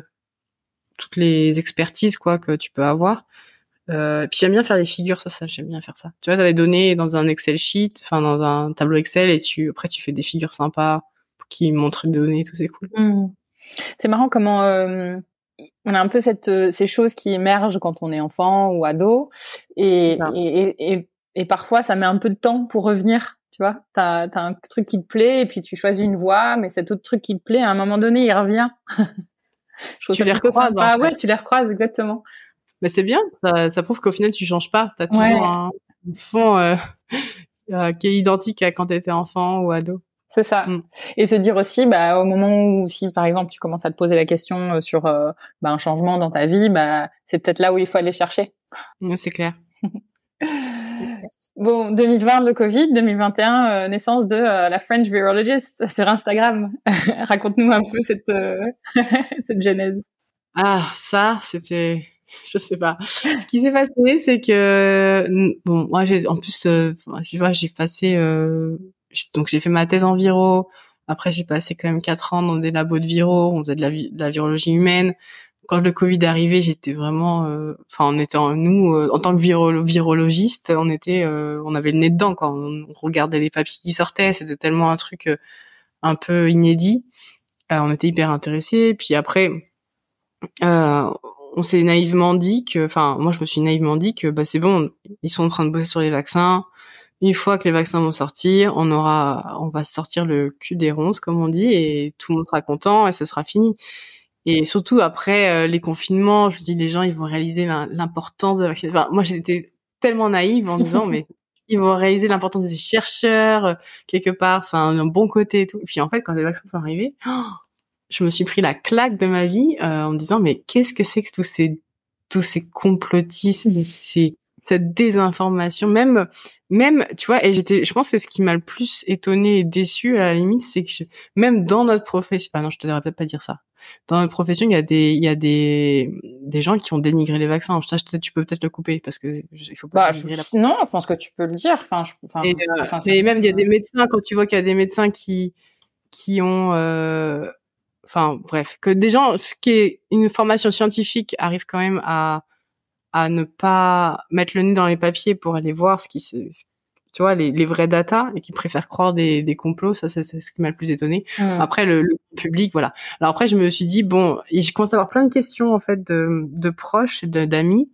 les expertises, quoi, que tu peux avoir. Puis j'aime bien faire des figures, ça j'aime bien faire ça. Tu vois, t'as les données dans un Excel sheet, enfin dans un tableau Excel, et après tu fais des figures sympas qui montrent les données, tout c'est cool. C'est marrant comment on a un peu ces choses qui émergent quand on est enfant ou ado, et parfois ça met un peu de temps pour revenir. Tu vois, t'as un truc qui te plaît et puis tu choisis une voie, mais cet autre truc qui te plaît, à un moment donné, il revient. Tu les recroises. Ah ouais, tu les recroises exactement. Mais c'est bien, ça prouve qu'au final tu changes pas. T'as toujours un fond qui est identique à quand t'étais enfant ou ado. C'est ça. Et se dire aussi, au moment où, si par exemple tu commences à te poser la question sur un changement dans ta vie, c'est peut-être là où il faut aller chercher. C'est clair. Bon, 2020 le Covid, 2021 naissance de la French virologist sur Instagram. Raconte-nous un peu cette cette genèse. Ah, ça, c'était, je sais pas. Ce qui s'est passé, c'est que, bon, moi, en plus, tu vois, donc j'ai fait ma thèse en viro. Après, j'ai passé quand même 4 ans dans des labos de viro. On faisait de la virologie humaine. Quand le Covid est arrivé, j'étais vraiment, on était nous, en tant que virologiste, on avait le nez dedans, quoi. On regardait les papiers qui sortaient. C'était tellement un truc un peu inédit. On était hyper intéressés. Puis après, on s'est naïvement dit moi je me suis naïvement dit que c'est bon, ils sont en train de bosser sur les vaccins. Une fois que les vaccins vont sortir, on va sortir le cul des ronces, comme on dit, et tout le monde sera content et ça sera fini. Et surtout après les confinements, je me dis les gens ils vont réaliser l'importance de la vaccination. Enfin, moi j'étais tellement naïve en disant mais ils vont réaliser l'importance des chercheurs quelque part, c'est un bon côté et tout. Et puis en fait quand les vaccins sont arrivés, je me suis pris la claque de ma vie en me disant mais qu'est-ce que c'est que tous ces complotistes, cette désinformation, même tu vois, et je pense que ce qui m'a le plus étonnée et déçue à la limite, c'est que même dans notre profession, non, je te devrais peut-être pas dire ça. Dans notre profession, il y a des gens qui ont dénigré les vaccins. Ça, tu peux peut-être le couper parce que il faut pas dénigrer non, je pense que tu peux le dire. Mais même il y a des médecins, quand tu vois qu'il y a des médecins qui ont bref, que des gens, ce qui est une formation scientifique, arrivent quand même à ne pas mettre le nez dans les papiers pour aller voir tu vois, les vrais datas, et qui préfèrent croire des complots. Ça, c'est ce qui m'a le plus étonné. Après, le public, voilà. Alors après, je me suis dit, bon, et je commence à avoir plein de questions, en fait, de proches, d'amis,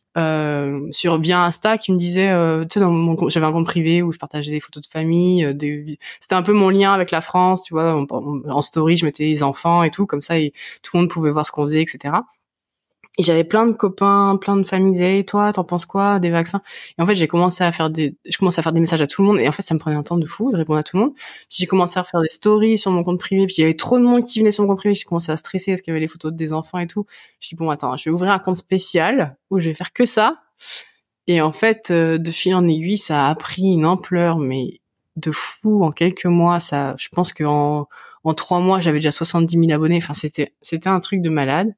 via Insta, qui me disaient, tu sais, j'avais un compte privé où je partageais des photos de famille, c'était un peu mon lien avec la France, tu vois, en story, je mettais les enfants et tout, comme ça, et tout le monde pouvait voir ce qu'on faisait, etc. Et j'avais plein de copains, plein de familles qui disaient, toi, t'en penses quoi des vaccins? Et en fait, je commençais à faire des messages à tout le monde. Et en fait, ça me prenait un temps de fou de répondre à tout le monde. Puis j'ai commencé à faire des stories sur mon compte privé. Puis il y avait trop de monde qui venait sur mon compte privé. J'ai commencé à stresser parce qu'il y avait les photos des enfants et tout. Je dis, bon, attends, je vais ouvrir un compte spécial où je vais faire que ça. Et en fait, de fil en aiguille, ça a pris une ampleur, mais de fou. En quelques mois, je pense qu'en 3 mois, j'avais déjà 70 000 abonnés. Enfin, c'était un truc de malade.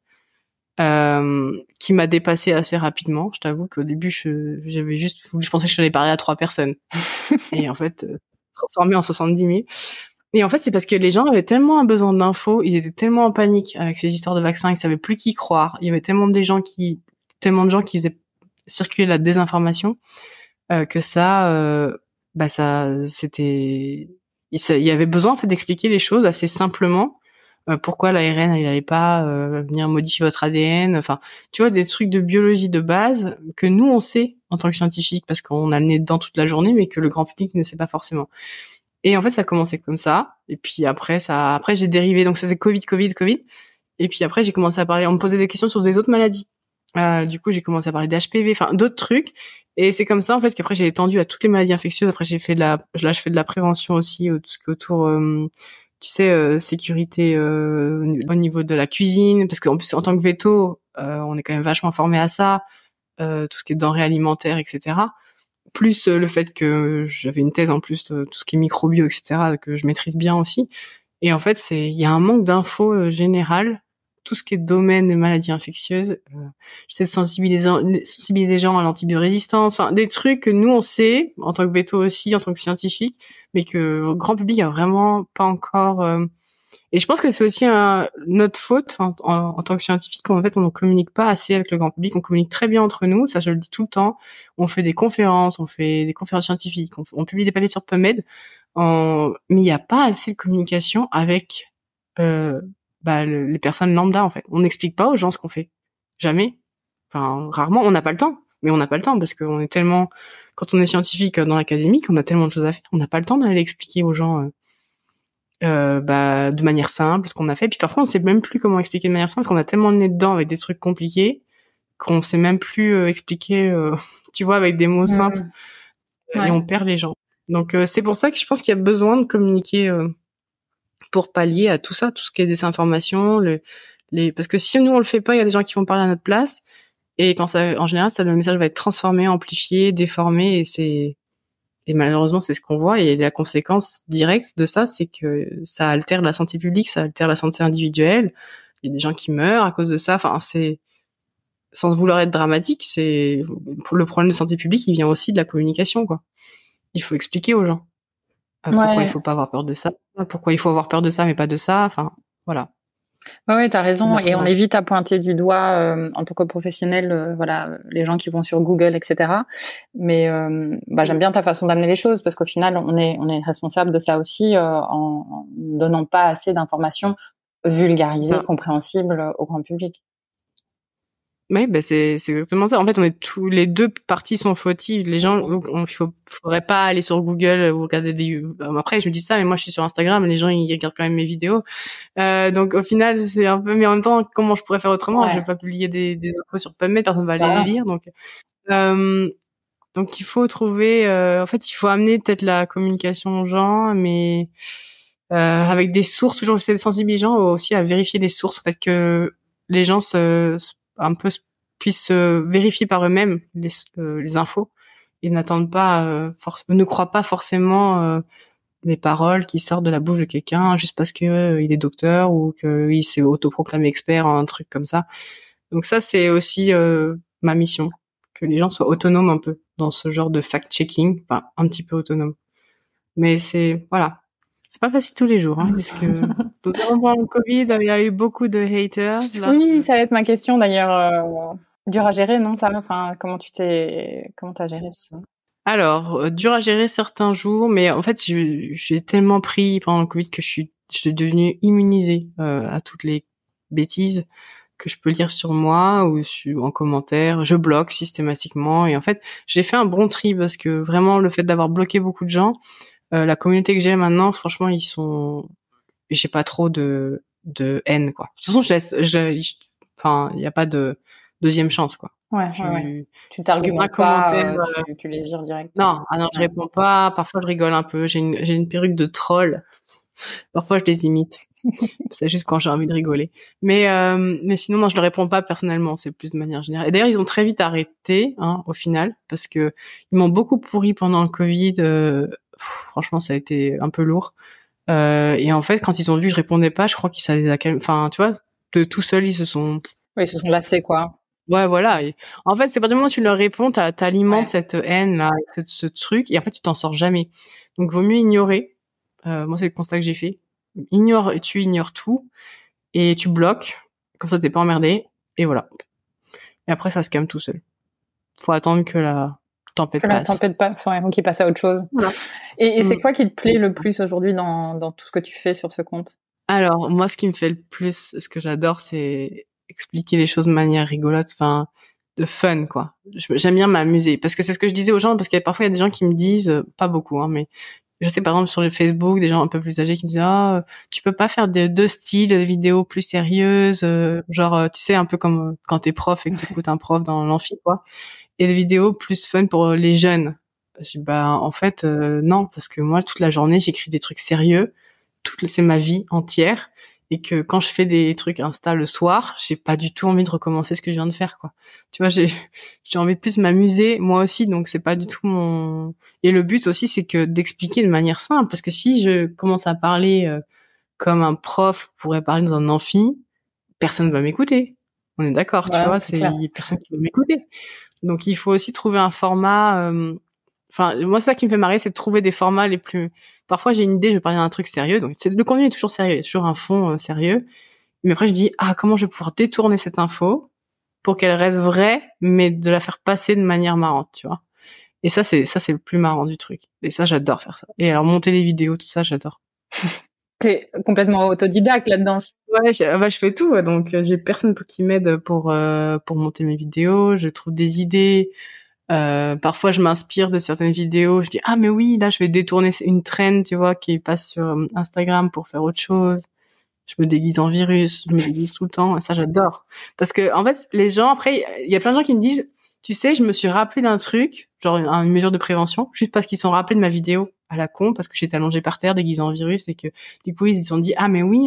Qui m'a dépassé assez rapidement. Je t'avoue qu'au début, je pensais que je allais parler à 3 personnes. Et en fait, transformé en 70 000. Et en fait, c'est parce que les gens avaient tellement un besoin d'infos, ils étaient tellement en panique avec ces histoires de vaccins, ils savaient plus qui croire. Il y avait tellement de gens qui faisaient circuler la désinformation, que ça, il y avait besoin, en fait, d'expliquer les choses assez simplement. Pourquoi l'ARN il allait pas venir modifier votre ADN, enfin tu vois, des trucs de biologie de base que nous on sait en tant que scientifique parce qu'on a le nez dedans toute la journée, mais que le grand public ne sait pas forcément. Et en fait ça a commencé comme ça, et puis après j'ai dérivé, donc c'était Covid, et puis après j'ai commencé à parler, on me posait des questions sur des autres maladies, du coup j'ai commencé à parler d'HPV, enfin d'autres trucs, et c'est comme ça en fait qu'après j'ai étendu à toutes les maladies infectieuses. Après je fais de la prévention aussi, tout ce qui est autour tu sais, sécurité au niveau de la cuisine, parce qu'en plus en tant que véto, on est quand même vachement formé à ça, tout ce qui est denrées alimentaires, etc. Plus le fait que j'avais une thèse en plus de tout ce qui est microbio, etc., que je maîtrise bien aussi. Et en fait, il y a un manque d'infos générales, tout ce qui est domaine des maladies infectieuses. J'essaie de sensibiliser les gens à l'antibiorésistance, enfin des trucs que nous on sait en tant que véto aussi, en tant que scientifique, mais que le grand public a vraiment pas encore. Et je pense que c'est aussi notre faute en tant que scientifique, en fait on ne communique pas assez avec le grand public. On communique très bien entre nous, ça je le dis tout le temps. On fait des conférences, scientifiques, on publie des papiers sur PubMed, mais il n'y a pas assez de communication avec les personnes lambda, en fait. On n'explique pas aux gens ce qu'on fait. Jamais. Enfin, rarement. On n'a pas le temps. Mais on n'a pas le temps parce qu'on est tellement, quand on est scientifique dans l'académique, on a tellement de choses à faire. On n'a pas le temps d'aller expliquer aux gens, de manière simple ce qu'on a fait. Puis parfois, on sait même plus comment expliquer de manière simple parce qu'on a tellement le nez dedans avec des trucs compliqués qu'on sait même plus expliquer, tu vois, avec des mots simples. Ouais. Et on perd les gens. Donc, c'est pour ça que je pense qu'il y a besoin de communiquer, pour pallier à tout ça, tout ce qui est désinformation, parce que si nous on le fait pas, il y a des gens qui vont parler à notre place, et quand en général, le message va être transformé, amplifié, déformé, et Et malheureusement, c'est ce qu'on voit. Et la conséquence directe de ça, c'est que ça altère la santé publique, ça altère la santé individuelle. Il y a des gens qui meurent à cause de ça. Enfin, c'est, sans vouloir être dramatique, c'est, pour le problème de santé publique, il vient aussi de la communication, quoi. Il faut expliquer aux gens pourquoi il faut pas avoir peur de ça, pourquoi il faut avoir peur de ça, mais pas de ça. Enfin, voilà. Ouais, t'as raison. Et on évite à pointer du doigt, en tant que professionnel, voilà, les gens qui vont sur Google, etc. Mais j'aime bien ta façon d'amener les choses parce qu'au final, on est responsable de ça aussi en donnant pas assez d'informations vulgarisées, compréhensibles au grand public. Oui, c'est exactement ça. En fait, on est tous les deux parties sont fautives. Les gens, faudrait pas aller sur Google ou regarder des. Après, je dis ça, mais moi, je suis sur Instagram. Les gens, ils regardent quand même mes vidéos. Donc, au final, c'est un peu. Mais en même temps, comment je pourrais faire autrement? Je vais pas publier des infos sur PubMed, personne va aller les lire. Donc, il faut trouver. En fait, il faut amener peut-être la communication aux gens, mais avec des sources. Toujours essayer de sensibiliser les gens aussi à vérifier des sources. En fait, que les gens puissent vérifier par eux-mêmes les infos et n'attendent pas ne croient pas forcément les paroles qui sortent de la bouche de quelqu'un juste parce que il est docteur ou qu'il s'est autoproclamé expert en un truc comme ça. Donc ça, c'est aussi ma mission, que les gens soient autonomes un peu dans ce genre de fact-checking, enfin un petit peu autonomes. Mais c'est pas facile tous les jours, parce que pendant le Covid, il y a eu beaucoup de haters. Là. Oui, ça va être ma question d'ailleurs. Dur à gérer, non, ça? Enfin, comment t'as géré tout ça? Alors, dur à gérer certains jours, mais en fait, j'ai tellement pris pendant le Covid que je suis devenue immunisée à toutes les bêtises que je peux lire sur moi ou en commentaire. Je bloque systématiquement et en fait, j'ai fait un bon tri parce que vraiment, le fait d'avoir bloqué beaucoup de gens, la communauté que j'ai maintenant, franchement, j'ai pas trop de haine, quoi. De toute façon, il y a pas de deuxième chance, quoi. Ouais. Tu t'argumentes pas, tu les vires direct. Non, je réponds pas. Parfois, je rigole un peu. J'ai une perruque de troll. Parfois, je les imite. C'est juste quand j'ai envie de rigoler. Mais sinon, non, je ne réponds pas personnellement. C'est plus de manière générale. Et d'ailleurs, ils ont très vite arrêté, au final, parce que ils m'ont beaucoup pourri pendant le Covid. Franchement, ça a été un peu lourd. Et en fait, quand ils ont vu que je répondais pas, je crois que ça les a calmés. Enfin, tu vois, de tout seul, ils se sont lassés, quoi. Ouais, voilà. Et en fait, c'est pas du moment où tu leur réponds, t'alimentes cette haine-là, ce truc, et en fait, tu t'en sors jamais. Donc, vaut mieux ignorer. Moi, c'est le constat que j'ai fait. Tu ignores tout, et tu bloques. Comme ça, t'es pas emmerdé. Et voilà. Et après, ça se calme tout seul. Faut attendre que la tempête passe. La tempête passe, qu'il passe à autre chose. Voilà. Et c'est quoi qui te plaît le plus aujourd'hui dans tout ce que tu fais sur ce compte? Alors, moi, ce qui me fait le plus, ce que j'adore, c'est expliquer les choses de manière rigolote, enfin, de fun, quoi. J'aime bien m'amuser. Parce que c'est ce que je disais aux gens, parce que parfois, il y a des gens qui me disent, pas beaucoup, mais je sais, par exemple, sur le Facebook, des gens un peu plus âgés qui me disent, tu peux pas faire deux styles de vidéos plus sérieuses, genre, tu sais, un peu comme quand t'es prof et que t'écoutes un prof dans l'amphi, quoi. Et des vidéos plus fun pour les jeunes. Je dis, en fait, non, parce que moi, toute la journée, j'écris des trucs sérieux. C'est ma vie entière. Et que quand je fais des trucs Insta le soir, j'ai pas du tout envie de recommencer ce que je viens de faire, quoi. Tu vois, j'ai envie de plus m'amuser, moi aussi, donc c'est pas du tout mon... Et le but aussi, c'est que d'expliquer de manière simple, parce que si je commence à parler comme un prof pourrait parler dans un amphi, personne va m'écouter. On est d'accord, tu vois, il y a personne qui va m'écouter. Donc il faut aussi trouver un format... Enfin, moi, c'est ça qui me fait marrer, c'est de trouver des formats les plus... Parfois, j'ai une idée, je vais parler d'un truc sérieux. Donc, le contenu est toujours sérieux, il y a toujours un fond sérieux. Mais après, je dis, comment je vais pouvoir détourner cette info pour qu'elle reste vraie, mais de la faire passer de manière marrante, tu vois. Et ça, c'est le plus marrant du truc. Et ça, j'adore faire ça. Et alors, monter les vidéos, tout ça, j'adore. T'es complètement autodidacte là-dedans. Ouais, je fais tout. Ouais. Donc, j'ai personne qui m'aide pour monter mes vidéos. Je trouve des idées. Parfois, je m'inspire de certaines vidéos. Je dis, mais oui, là, je vais détourner une trend, tu vois, qui passe sur Instagram pour faire autre chose. Je me déguise en virus, je me déguise tout le temps. Et ça, j'adore. Parce que, en fait, les gens, après, il y a plein de gens qui me disent, tu sais, je me suis rappelé d'un truc, genre une mesure de prévention, juste parce qu'ils sont rappelés de ma vidéo à la con, parce que j'étais allongée par terre, déguisée en virus, et que, du coup, ils se sont dit, mais oui,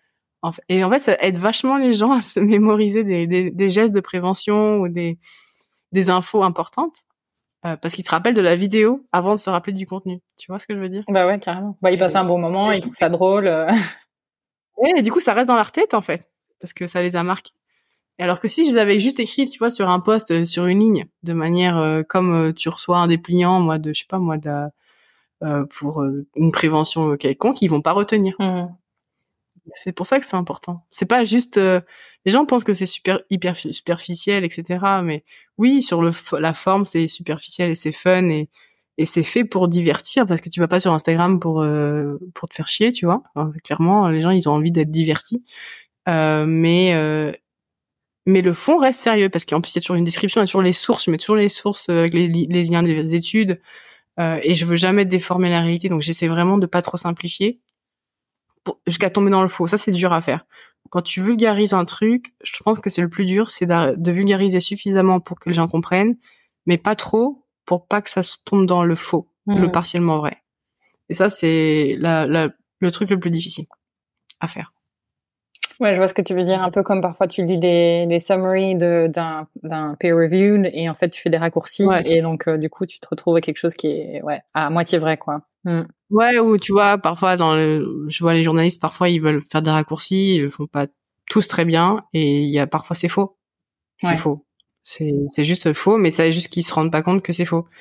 et en fait, ça aide vachement les gens à se mémoriser des gestes de prévention ou des infos importantes. parce qu'il se rappelle de la vidéo avant de se rappeler du contenu. Tu vois ce que je veux dire? Bah ouais, carrément. Bah, il passe un bon moment, il trouve ça drôle. Ouais, et du coup, ça reste dans leur tête, en fait, parce que ça les a marqués. Et alors que si je les avais juste écrits, tu vois, sur un post, sur une ligne, de manière comme tu reçois un dépliant, moi, de, je sais pas, moi, pour une prévention quelconque, ils vont pas retenir. C'est pour ça que c'est important. C'est pas juste les gens pensent que c'est hyper superficiel, etc. Mais oui, sur la forme, c'est superficiel et c'est fun et c'est fait pour divertir parce que tu vas pas sur Instagram pour te faire chier, tu vois. Enfin, clairement, les gens ils ont envie d'être divertis. Mais le fond reste sérieux parce qu'en plus il y a toujours une description, il y a toujours les sources. Je mets toujours les sources avec les liens des études et je veux jamais déformer la réalité. Donc j'essaie vraiment de pas trop simplifier jusqu'à tomber dans le faux. Ça, c'est dur à faire. Quand tu vulgarises un truc, je pense que c'est le plus dur, c'est de vulgariser suffisamment pour que les gens comprennent, mais pas trop pour pas que ça se tombe dans le faux, le partiellement vrai. Et ça, c'est le truc le plus difficile à faire. Ouais, je vois ce que tu veux dire. Un peu comme parfois tu lis les summaries d'un peer reviewed et en fait tu fais des raccourcis et donc du coup tu te retrouves avec quelque chose qui est à moitié vrai, quoi. Ouais, ou tu vois, parfois je vois les journalistes, parfois ils veulent faire des raccourcis, ils le font pas tous très bien et il y a parfois c'est faux. C'est faux. C'est juste faux, mais c'est juste qu'ils se rendent pas compte que c'est faux.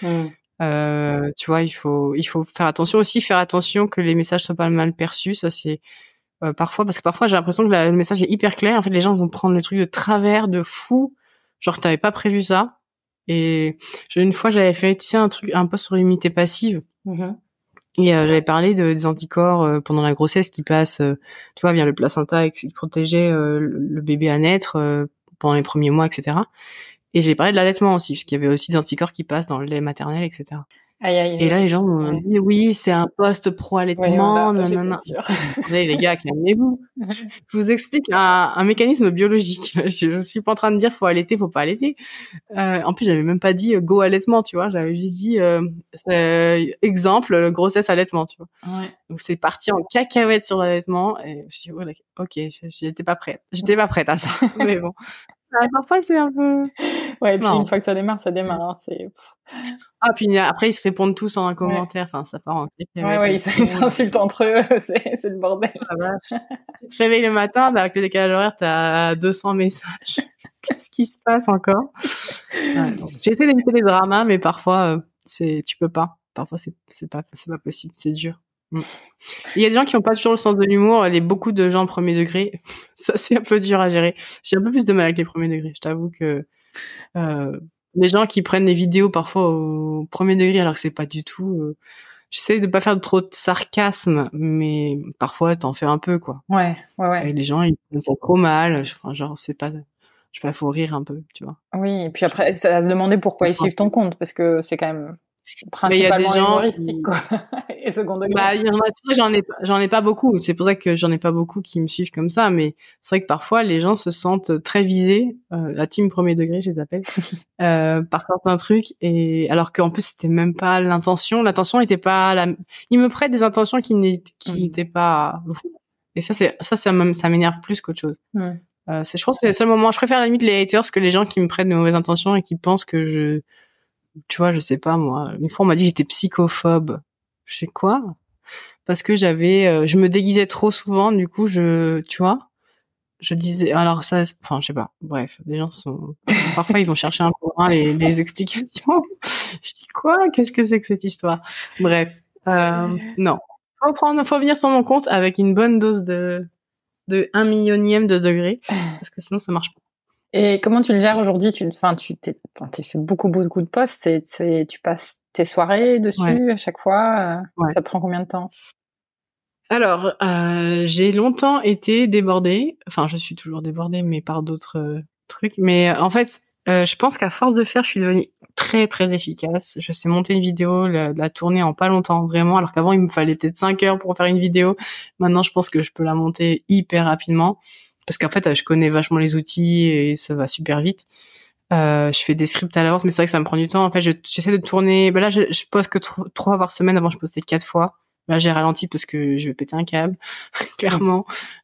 Tu vois, il faut faire attention aussi, faire attention que les messages soient pas mal perçus. Ça c'est parfois, parce que parfois j'ai l'impression que le message est hyper clair. En fait, les gens vont prendre le truc de travers, de fou. Genre, t'avais pas prévu ça. Et une fois, j'avais fait, tu sais, un post sur l'immunité passive. Et j'avais parlé des anticorps pendant la grossesse qui passent, tu vois, via le placenta et qui protégeait le bébé à naître pendant les premiers mois, etc. Et j'ai parlé de l'allaitement aussi, parce qu'il y avait aussi des anticorps qui passent dans le lait maternel, etc. Et là, les gens m'ont dit, oui, c'est un post pro-allaitement, nanana. Les gars, calmez-vous. Je vous explique un mécanisme biologique. Je suis pas en train de dire faut allaiter, faut pas allaiter. En plus, j'avais même pas dit go allaitement, tu vois. J'avais juste dit exemple grossesse allaitement, tu vois. Donc c'est parti en cacahuète sur l'allaitement. Et je dis ok, j'étais pas prête. J'étais pas prête à ça. Mais bon. Parfois c'est un peu. Ouais, et puis une fois que ça démarre, hein, c'est. Ah, puis après, ils se répondent tous en un commentaire. Enfin, ça part en cacahuète. Ouais, ils s'insultent entre eux. C'est le bordel. Ah, vache. Tu te réveilles le matin, avec le décalage horaire, t'as 200 messages. Qu'est-ce qui se passe encore? J'essaie d'éviter les dramas, mais parfois, tu peux pas. Parfois, c'est pas possible. C'est dur. Il y a des gens qui ont pas toujours le sens de l'humour. Beaucoup de gens premier degré. Ça, c'est un peu dur à gérer. J'ai un peu plus de mal avec les premiers degrés. Je t'avoue que, les gens qui prennent des vidéos parfois au premier degré alors que c'est pas du tout. J'essaie de pas faire trop de sarcasme, mais parfois t'en fais un peu, quoi. Ouais. Et les gens ils prennent ça trop mal. Enfin, genre c'est pas, je sais pas, faut rire un peu, tu vois. Oui, et puis après, ça va se demander pourquoi ils suivent ton compte, parce que c'est quand même principalement humoristique, quoi. Et second degré. Bah, j'en ai pas beaucoup. C'est pour ça que j'en ai pas beaucoup qui me suivent comme ça, mais c'est vrai que parfois les gens se sentent très visés, la team premier degré, je les appelle, par certains trucs, et alors qu'en plus c'était même pas l'intention. L'intention était pas ils me prêtent des intentions qui n'étaient pas. Et ça m'énerve plus qu'autre chose. Je pense que c'est le seul moment. Je préfère à la limite les haters que les gens qui me prêtent de mauvaises intentions et qui pensent que tu vois, je sais pas, moi. Une fois, on m'a dit que j'étais psychophobe. Je sais quoi? Parce que je me déguisais trop souvent, du coup, tu vois, je disais, alors ça, enfin, je sais pas. Bref, les gens parfois, ils vont chercher un peu les explications. Je dis quoi? Qu'est-ce que c'est que cette histoire? Bref, non. Faut venir sur mon compte avec une bonne dose de 1 millionième de degré, parce que sinon, ça marche pas. Et comment tu le gères aujourd'hui? Tu fait beaucoup de posts. Tu passes tes soirées dessus à chaque fois. Ça te prend combien de temps? Alors, j'ai longtemps été débordée. Enfin, je suis toujours débordée, mais par d'autres trucs. Mais en fait, je pense qu'à force de faire, je suis devenue très très efficace. Je sais monter une vidéo, la tourner en pas longtemps, vraiment. Alors qu'avant, il me fallait peut-être 5 heures pour faire une vidéo. Maintenant, je pense que je peux la monter hyper rapidement. Parce qu'en fait, je connais vachement les outils et ça va super vite. Je fais des scripts à l'avance, mais c'est vrai que ça me prend du temps. En fait, j'essaie de tourner. Là, je poste que 3 fois par semaine. Avant, je postais 4 fois. Là, j'ai ralenti parce que je vais péter un câble, clairement.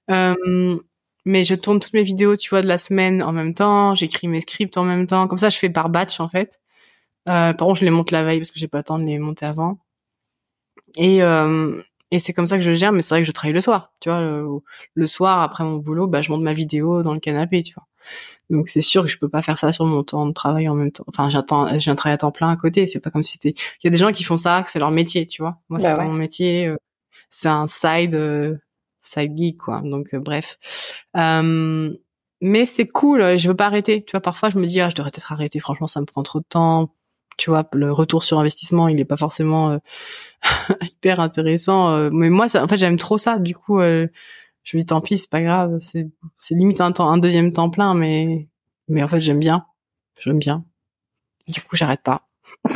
Mais je tourne toutes mes vidéos, tu vois, de la semaine en même temps. J'écris mes scripts en même temps. Comme ça, je fais par batch, en fait. Par contre, je les monte la veille parce que j'ai pas le temps de les monter avant. Et c'est comme ça que je gère, mais c'est vrai que je travaille le soir, tu vois. Le soir, après mon boulot, je monte ma vidéo dans le canapé, tu vois. Donc c'est sûr que je peux pas faire ça sur mon temps de travail en même temps. Enfin, j'ai un travail à temps plein à côté. C'est pas comme si c'était. Il y a des gens qui font ça, que c'est leur métier, tu vois. Moi, c'est pas mon métier. C'est un side gig, quoi. Donc bref. Mais c'est cool. Je veux pas arrêter. Tu vois, parfois je me dis, je devrais peut-être arrêter. Franchement, ça me prend trop de temps. Tu vois, le retour sur investissement, il est pas forcément hyper intéressant. Mais moi, en fait, j'aime trop ça. Du coup. Je me dis tant pis, c'est pas grave, c'est limite un deuxième temps plein, mais en fait j'aime bien. Du coup j'arrête pas.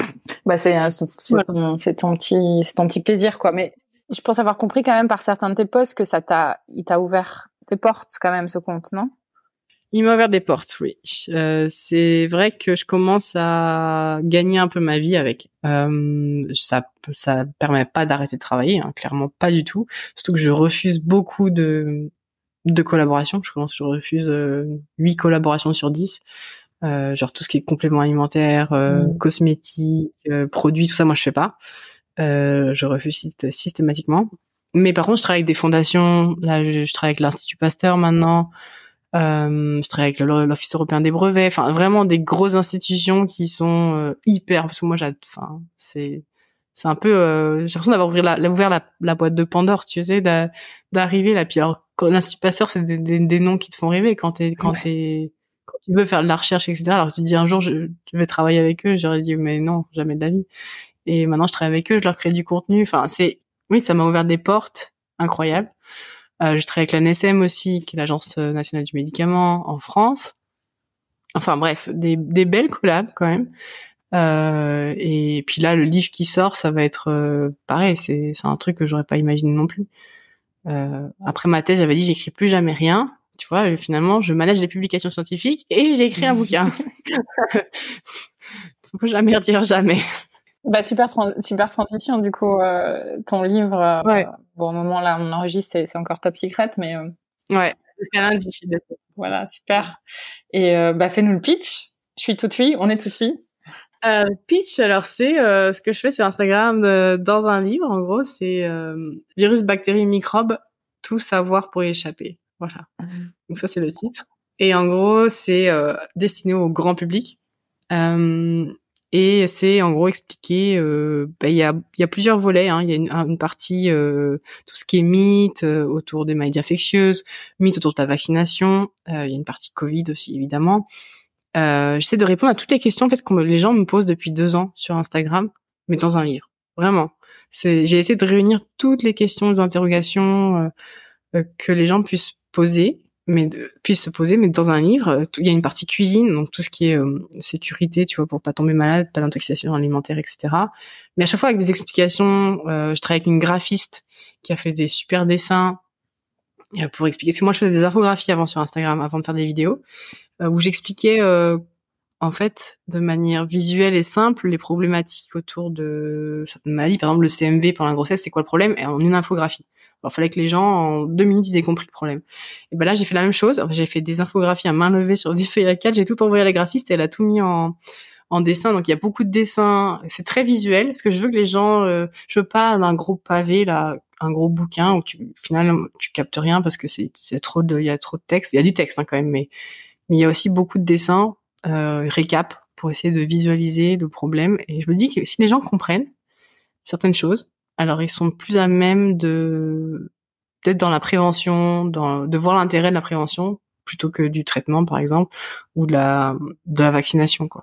C'est ton petit plaisir quoi. Mais je pense avoir compris quand même par certains de tes posts que il t'a ouvert tes portes quand même ce compte, non? Il m'a ouvert des portes, oui. C'est vrai que je commence à gagner un peu ma vie avec. Ça permet pas d'arrêter de travailler, hein, clairement pas du tout. Surtout que je refuse beaucoup de collaborations. Je refuse 8 collaborations sur 10. Genre tout ce qui est compléments alimentaires, cosmétiques, produits, tout ça, moi je fais pas. Je refuse systématiquement. Mais par contre, je travaille avec des fondations. Là, je travaille avec l'Institut Pasteur maintenant. Je travaille avec l'Office européen des brevets, enfin vraiment des grosses institutions qui sont hyper, parce que moi c'est un peu j'ai l'impression d'avoir ouvert la boîte de Pandore, tu sais, d'arriver là. Puis alors l'Institut Pasteur, c'est des noms qui te font rêver quand tu veux faire de la recherche, etc. Alors tu te dis un jour je vais travailler avec eux, j'aurais dit mais non, jamais de la vie. Et maintenant je travaille avec eux, je leur crée du contenu, enfin oui, ça m'a ouvert des portes incroyables. Je travaille avec l'ANSM aussi, qui est l'Agence nationale du médicament en France. Enfin bref, des belles collabs quand même. Et puis là, le livre qui sort, ça va être pareil. C'est un truc que j'aurais pas imaginé non plus. Après ma thèse, j'avais dit j'écris plus jamais rien. Tu vois, et finalement, je manage les publications scientifiques et j'ai écrit un bouquin. Faut jamais redire jamais. Super transition du coup. Ton livre, ouais. Bon, au moment là on enregistre, c'est encore top secret, mais ouais, jusqu'à lundi. Voilà, super. Et fais-nous le pitch. Je suis toute fille, on est toute fille. Pitch, alors c'est ce que je fais sur Instagram dans un livre. En gros, c'est virus, bactéries, microbes, tout savoir pour y échapper. Voilà. Donc ça c'est le titre. Et en gros, c'est destiné au grand public. Et c'est en gros expliquer, il y a plusieurs volets, hein. Il y a une partie tout ce qui est mythe autour des maladies infectieuses, mythe autour de la vaccination. Il y a une partie Covid aussi évidemment. J'essaie de répondre à toutes les questions en fait que les gens me posent depuis 2 ans sur Instagram, mais dans un livre. Vraiment, j'ai essayé de réunir toutes les questions, les interrogations que les gens puissent se poser, mais dans un livre. Il y a une partie cuisine, donc tout ce qui est sécurité, tu vois, pour pas tomber malade, pas d'intoxication alimentaire, etc. Mais à chaque fois avec des explications. Je travaille avec une graphiste qui a fait des super dessins pour expliquer. Parce que moi, je faisais des infographies avant sur Instagram, avant de faire des vidéos, où j'expliquais en fait de manière visuelle et simple les problématiques autour de certaines maladies. Par exemple, le CMV pendant la grossesse, c'est quoi le problème? Et en une infographie. Alors, fallait que les gens, en 2 minutes, ils aient compris le problème. Et là, j'ai fait la même chose. J'ai fait des infographies à main levée sur des feuilles A4. J'ai tout envoyé à la graphiste et elle a tout mis en dessin. Donc, il y a beaucoup de dessins. C'est très visuel. Parce que je veux que les gens, je veux pas un gros pavé, là, un gros bouquin où finalement, tu captes rien parce que il y a trop de texte. Il y a du texte, hein, quand même, mais il y a aussi beaucoup de dessins, récap pour essayer de visualiser le problème. Et je me dis que si les gens comprennent certaines choses, alors ils sont plus à même d'être dans la prévention, de voir l'intérêt de la prévention plutôt que du traitement par exemple ou de la vaccination quoi.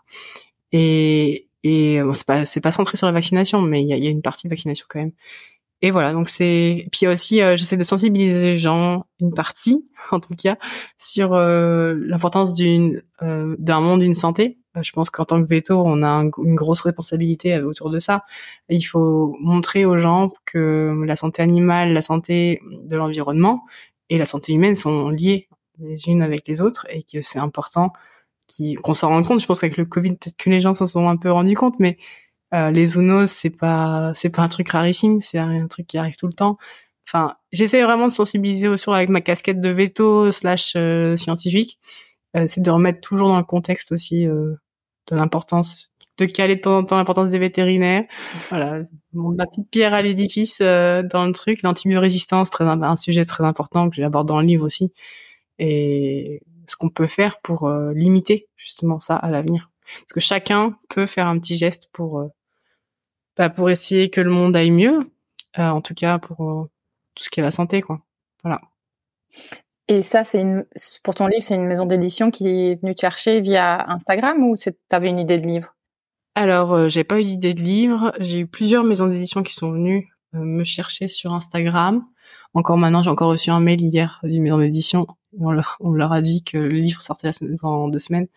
Et bon, c'est pas centré sur la vaccination, mais il y a une partie de vaccination quand même. Et voilà, donc puis il y a aussi j'essaie de sensibiliser les gens, une partie en tout cas, sur l'importance d'un monde d'une santé. Je pense qu'en tant que veto, on a une grosse responsabilité autour de ça. Il faut montrer aux gens que la santé animale, la santé de l'environnement et la santé humaine sont liées les unes avec les autres et que c'est important qu'on s'en rende compte. Je pense qu'avec le Covid, peut-être que les gens s'en sont un peu rendus compte, mais les zoonoses, c'est pas un truc rarissime, c'est un truc qui arrive tout le temps. Enfin, j'essaie vraiment de sensibiliser autour avec ma casquette de veto / scientifique. C'est de remettre toujours dans le contexte aussi de l'importance de caler de temps en temps l'importance des vétérinaires. Voilà, ma petite pierre à l'édifice dans le truc. L'antibiorésistance, un sujet très important que j'aborde dans le livre aussi. Et ce qu'on peut faire pour limiter justement ça à l'avenir. Parce que chacun peut faire un petit geste pour essayer que le monde aille mieux. En tout cas, pour tout ce qui est la santé, quoi. Voilà. Et ça, pour ton livre, c'est une maison d'édition qui est venue te chercher via Instagram ou t'avais une idée de livre? Alors, j'ai pas eu d'idée de livre. J'ai eu plusieurs maisons d'édition qui sont venues me chercher sur Instagram. Encore maintenant, j'ai encore reçu un mail hier d'une maison d'édition. On leur a dit que le livre sortait dans 2 semaines.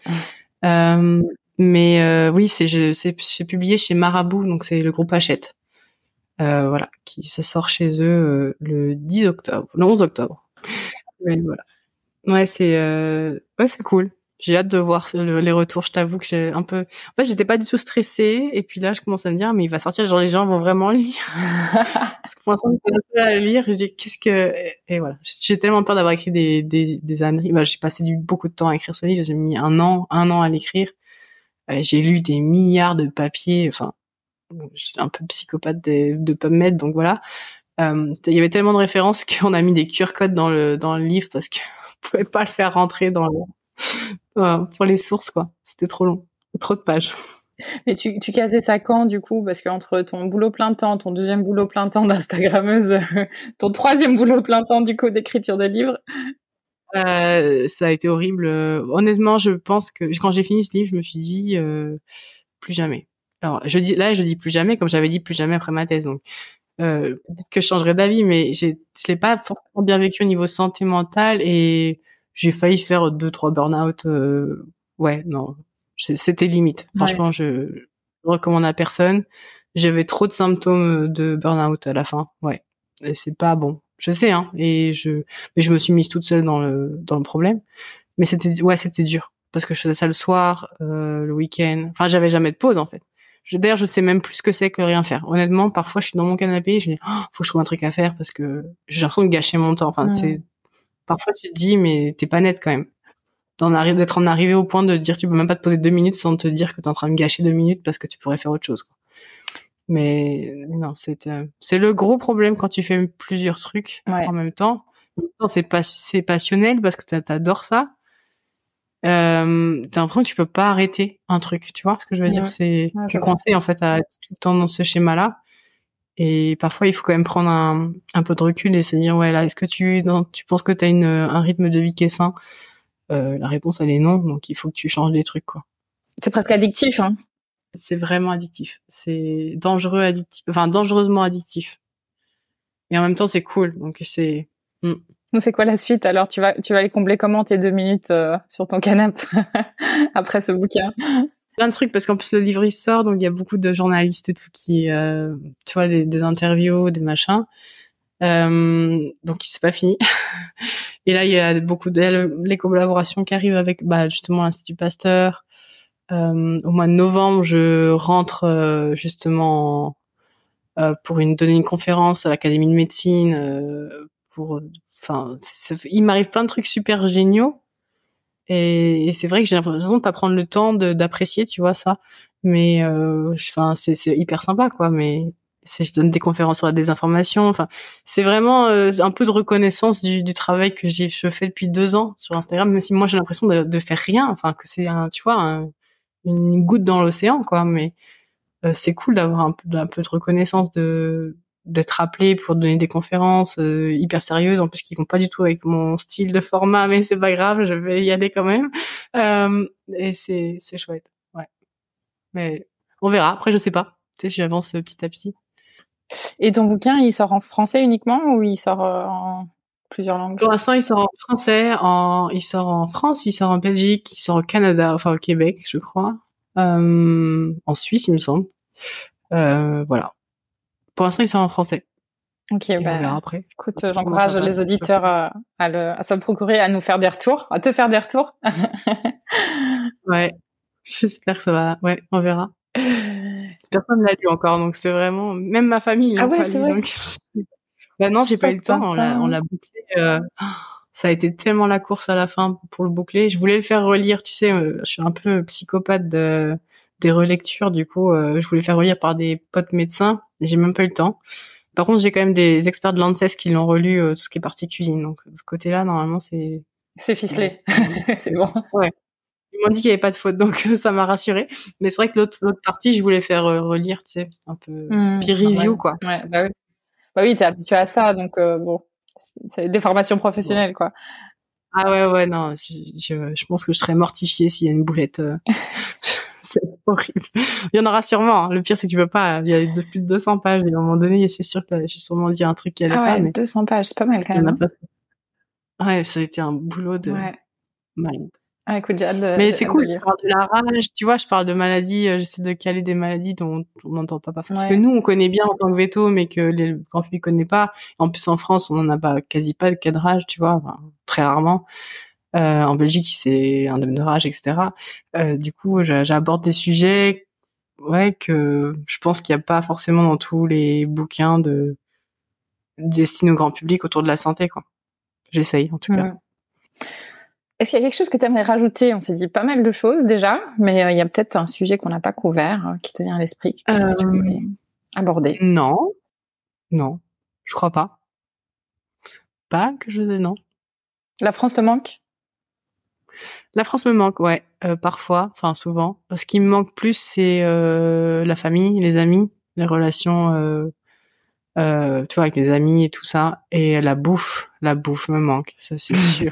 Mais oui, c'est publié chez Marabout, donc c'est le groupe Hachette. Voilà, ça sort chez eux le 11 octobre. Mais voilà. Ouais, c'est cool. J'ai hâte de voir les retours. Je t'avoue que en fait, j'étais pas du tout stressée. Et puis là, je commence à me dire, mais il va sortir, genre les gens vont vraiment le lire. Parce que pour l'instant, j'étais la seule à le lire. Je dis, et voilà. J'ai tellement peur d'avoir écrit des âneries. J'ai passé beaucoup de temps à écrire ce livre. J'ai mis un an à l'écrire. J'ai lu des milliards de papiers. Enfin, je suis un peu psychopathe de PubMed, donc voilà. Il y avait tellement de références qu'on a mis des QR codes dans le livre parce qu'on pouvait pas le faire rentrer pour les sources, quoi. C'était trop long. Trop de pages. Mais tu casais ça quand, du coup? Parce qu'entre ton boulot plein temps, ton deuxième boulot plein temps d'instagrammeuse, ton troisième boulot plein temps, du coup, d'écriture de livres. Ça a été horrible. Honnêtement, je pense que quand j'ai fini ce livre, je me suis dit, plus jamais. Alors, je dis plus jamais, comme j'avais dit plus jamais après ma thèse, donc. Peut-être que je changerais d'avis, mais je l'ai pas forcément bien vécu au niveau santé mentale et j'ai failli faire 2-3 burn-out. Ouais, non, c'était limite. Franchement, je recommande à personne. J'avais trop de symptômes de burn-out à la fin. Ouais, et c'est pas bon. Je sais, hein. Mais je me suis mise toute seule dans le problème. Mais c'était dur parce que je faisais ça le soir, le week-end. Enfin, j'avais jamais de pause en fait. D'ailleurs, je sais même plus ce que c'est que rien faire. Honnêtement, parfois, je suis dans mon canapé et je me dis, faut que je trouve un truc à faire parce que j'ai l'impression de gâcher mon temps. Enfin, parfois, tu te dis, mais t'es pas nette quand même. D'être en arrivé au point de dire, tu peux même pas te poser 2 minutes sans te dire que t'es en train de gâcher 2 minutes parce que tu pourrais faire autre chose, quoi. Mais, non, c'est le gros problème quand tu fais plusieurs trucs en même temps. En même temps, c'est passionnel parce que t'adores ça. T'as l'impression que tu peux pas arrêter un truc, tu vois ce que je veux dire, tu es coincé en fait à être tout le temps dans ce schéma-là et parfois il faut quand même prendre un peu de recul et se dire ouais là est-ce que tu penses que t'as un rythme de vie qui est sain? La réponse elle est non, donc il faut que tu changes des trucs, quoi. C'est presque addictif, hein. C'est vraiment addictif, c'est dangereusement addictif et en même temps c'est cool, donc c'est C'est quoi la suite alors? Tu vas aller combler comment tes 2 minutes sur ton canapé après ce bouquin? Plein de trucs parce qu'en plus le livre il sort, donc il y a beaucoup de journalistes et tout qui tu vois des interviews, des machins. Donc c'est pas fini. Et là il y a les collaborations qui arrivent avec justement l'Institut Pasteur. Au mois de novembre, je rentre justement pour donner une conférence à l'Académie de médecine il m'arrive plein de trucs super géniaux et c'est vrai que j'ai l'impression de pas prendre le temps d'apprécier, tu vois ça. Mais c'est hyper sympa, quoi. Mais je donne des conférences sur la désinformation. Enfin, c'est vraiment un peu de reconnaissance du travail que je fais depuis 2 ans sur Instagram, même si moi j'ai l'impression de faire rien. Enfin, que c'est une goutte dans l'océan, quoi. Mais c'est cool d'avoir un peu de reconnaissance d'être appelé pour donner des conférences hyper sérieuses, en plus qui vont pas du tout avec mon style de format, mais c'est pas grave, je vais y aller quand même. Et c'est chouette, ouais. Mais on verra. Après, je sais pas. Tu sais, j'avance petit à petit. Et ton bouquin, il sort en français uniquement ou il sort en plusieurs langues? Pour l'instant, il sort en français, il sort en France, il sort en Belgique, il sort au Canada, enfin au Québec, je crois. En Suisse, il me semble. Voilà. Pour l'instant, il sort en français. Ok, on verra après. Écoute, j'encourage les auditeurs à se le procurer, à nous faire des retours, à te faire des retours. Ouais, j'espère que ça va. Ouais, on verra. Personne l'a lu encore, donc c'est vraiment, même ma famille l'a pas lu. Vrai. Donc... non, j'ai pas eu le temps. On l'a bouclé. Ça a été tellement la course à la fin pour le boucler. Je voulais le faire relire, tu sais. Je suis un peu psychopathe de des relectures. Du coup, je voulais faire relire par des potes médecins et j'ai même pas eu le temps. Par contre, j'ai quand même des experts de l'ANSES qui l'ont relu, tout ce qui est partie cuisine. Donc, de ce côté-là, normalement, c'est ficelé. C'est bon. Ouais. Ils m'ont dit qu'il y avait pas de faute, donc ça m'a rassurée. Mais c'est vrai que l'autre partie, je voulais faire relire, tu sais, un peu peer review, quoi. Ouais, bah oui. Bah oui, t'es habitué à ça, donc bon, c'est des formations professionnelles, quoi. Ah ouais, non, je pense que je serais mortifiée s'il y a une boulette. C'est horrible. Il y en aura sûrement. Hein. Le pire, c'est que tu peux pas. Il y a plus de 200 pages. Et à un moment donné, c'est sûr que j'ai sûrement dit un truc qui allait pas. Mais 200 pages, c'est pas mal quand même. Ouais, ça a été un boulot de malade. Ah, écoute, j'ai hâte de. Mais c'est cool. Je parle de la rage, tu vois. Je parle de maladies. J'essaie de caler des maladies dont on n'entend pas parfois. Parce que nous, on connaît bien en tant que véto, mais que le grand public connaît pas. En plus, en France, on en a pas quasi pas le cas de rage, tu vois. Enfin, très rarement. En Belgique, c'est indemne de rage, etc. Du coup, j'aborde des sujets, que je pense qu'il n'y a pas forcément dans tous les bouquins destinés au grand public autour de la santé, quoi. J'essaye, en tout cas. Est-ce qu'il y a quelque chose que tu aimerais rajouter? On s'est dit pas mal de choses déjà, mais il y a peut-être un sujet qu'on n'a pas couvert, qui te vient à l'esprit, que tu voulais aborder. Non, je crois pas. Pas que je non. La France te manque? La France me manque, ouais, parfois, enfin souvent. Ce qui me manque plus, c'est la famille, les amis, les relations, tu vois, avec les amis et tout ça. Et la bouffe me manque, ça c'est sûr.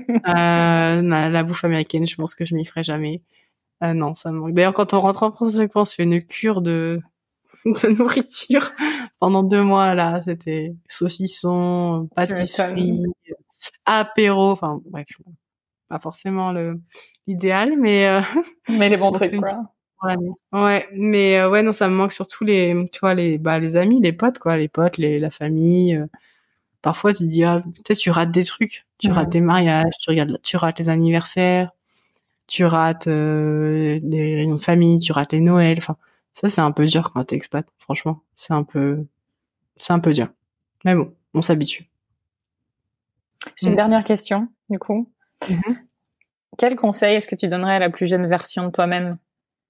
La bouffe américaine, je pense que je m'y ferai jamais. Non, ça me manque. D'ailleurs, quand on rentre en France, je pense, on fait une cure de nourriture pendant 2 mois, là. C'était saucisson, pâtisserie, apéro, enfin bref. Pas forcément l'idéal, mais les bons trucs, quoi. Ouais, mais ouais, non, ça me manque surtout tu vois, les amis, les potes, quoi, la famille. Parfois, tu te dis, tu sais, tu rates des trucs, tu rates des mariages, tu rates les anniversaires, tu rates des réunions de famille, tu rates les Noëls. Enfin, ça, c'est un peu dur quand t'es expat. Franchement, c'est un peu dur. Mais bon, on s'habitue. J'ai une dernière question, du coup. Quel conseil est-ce que tu donnerais à la plus jeune version de toi-même?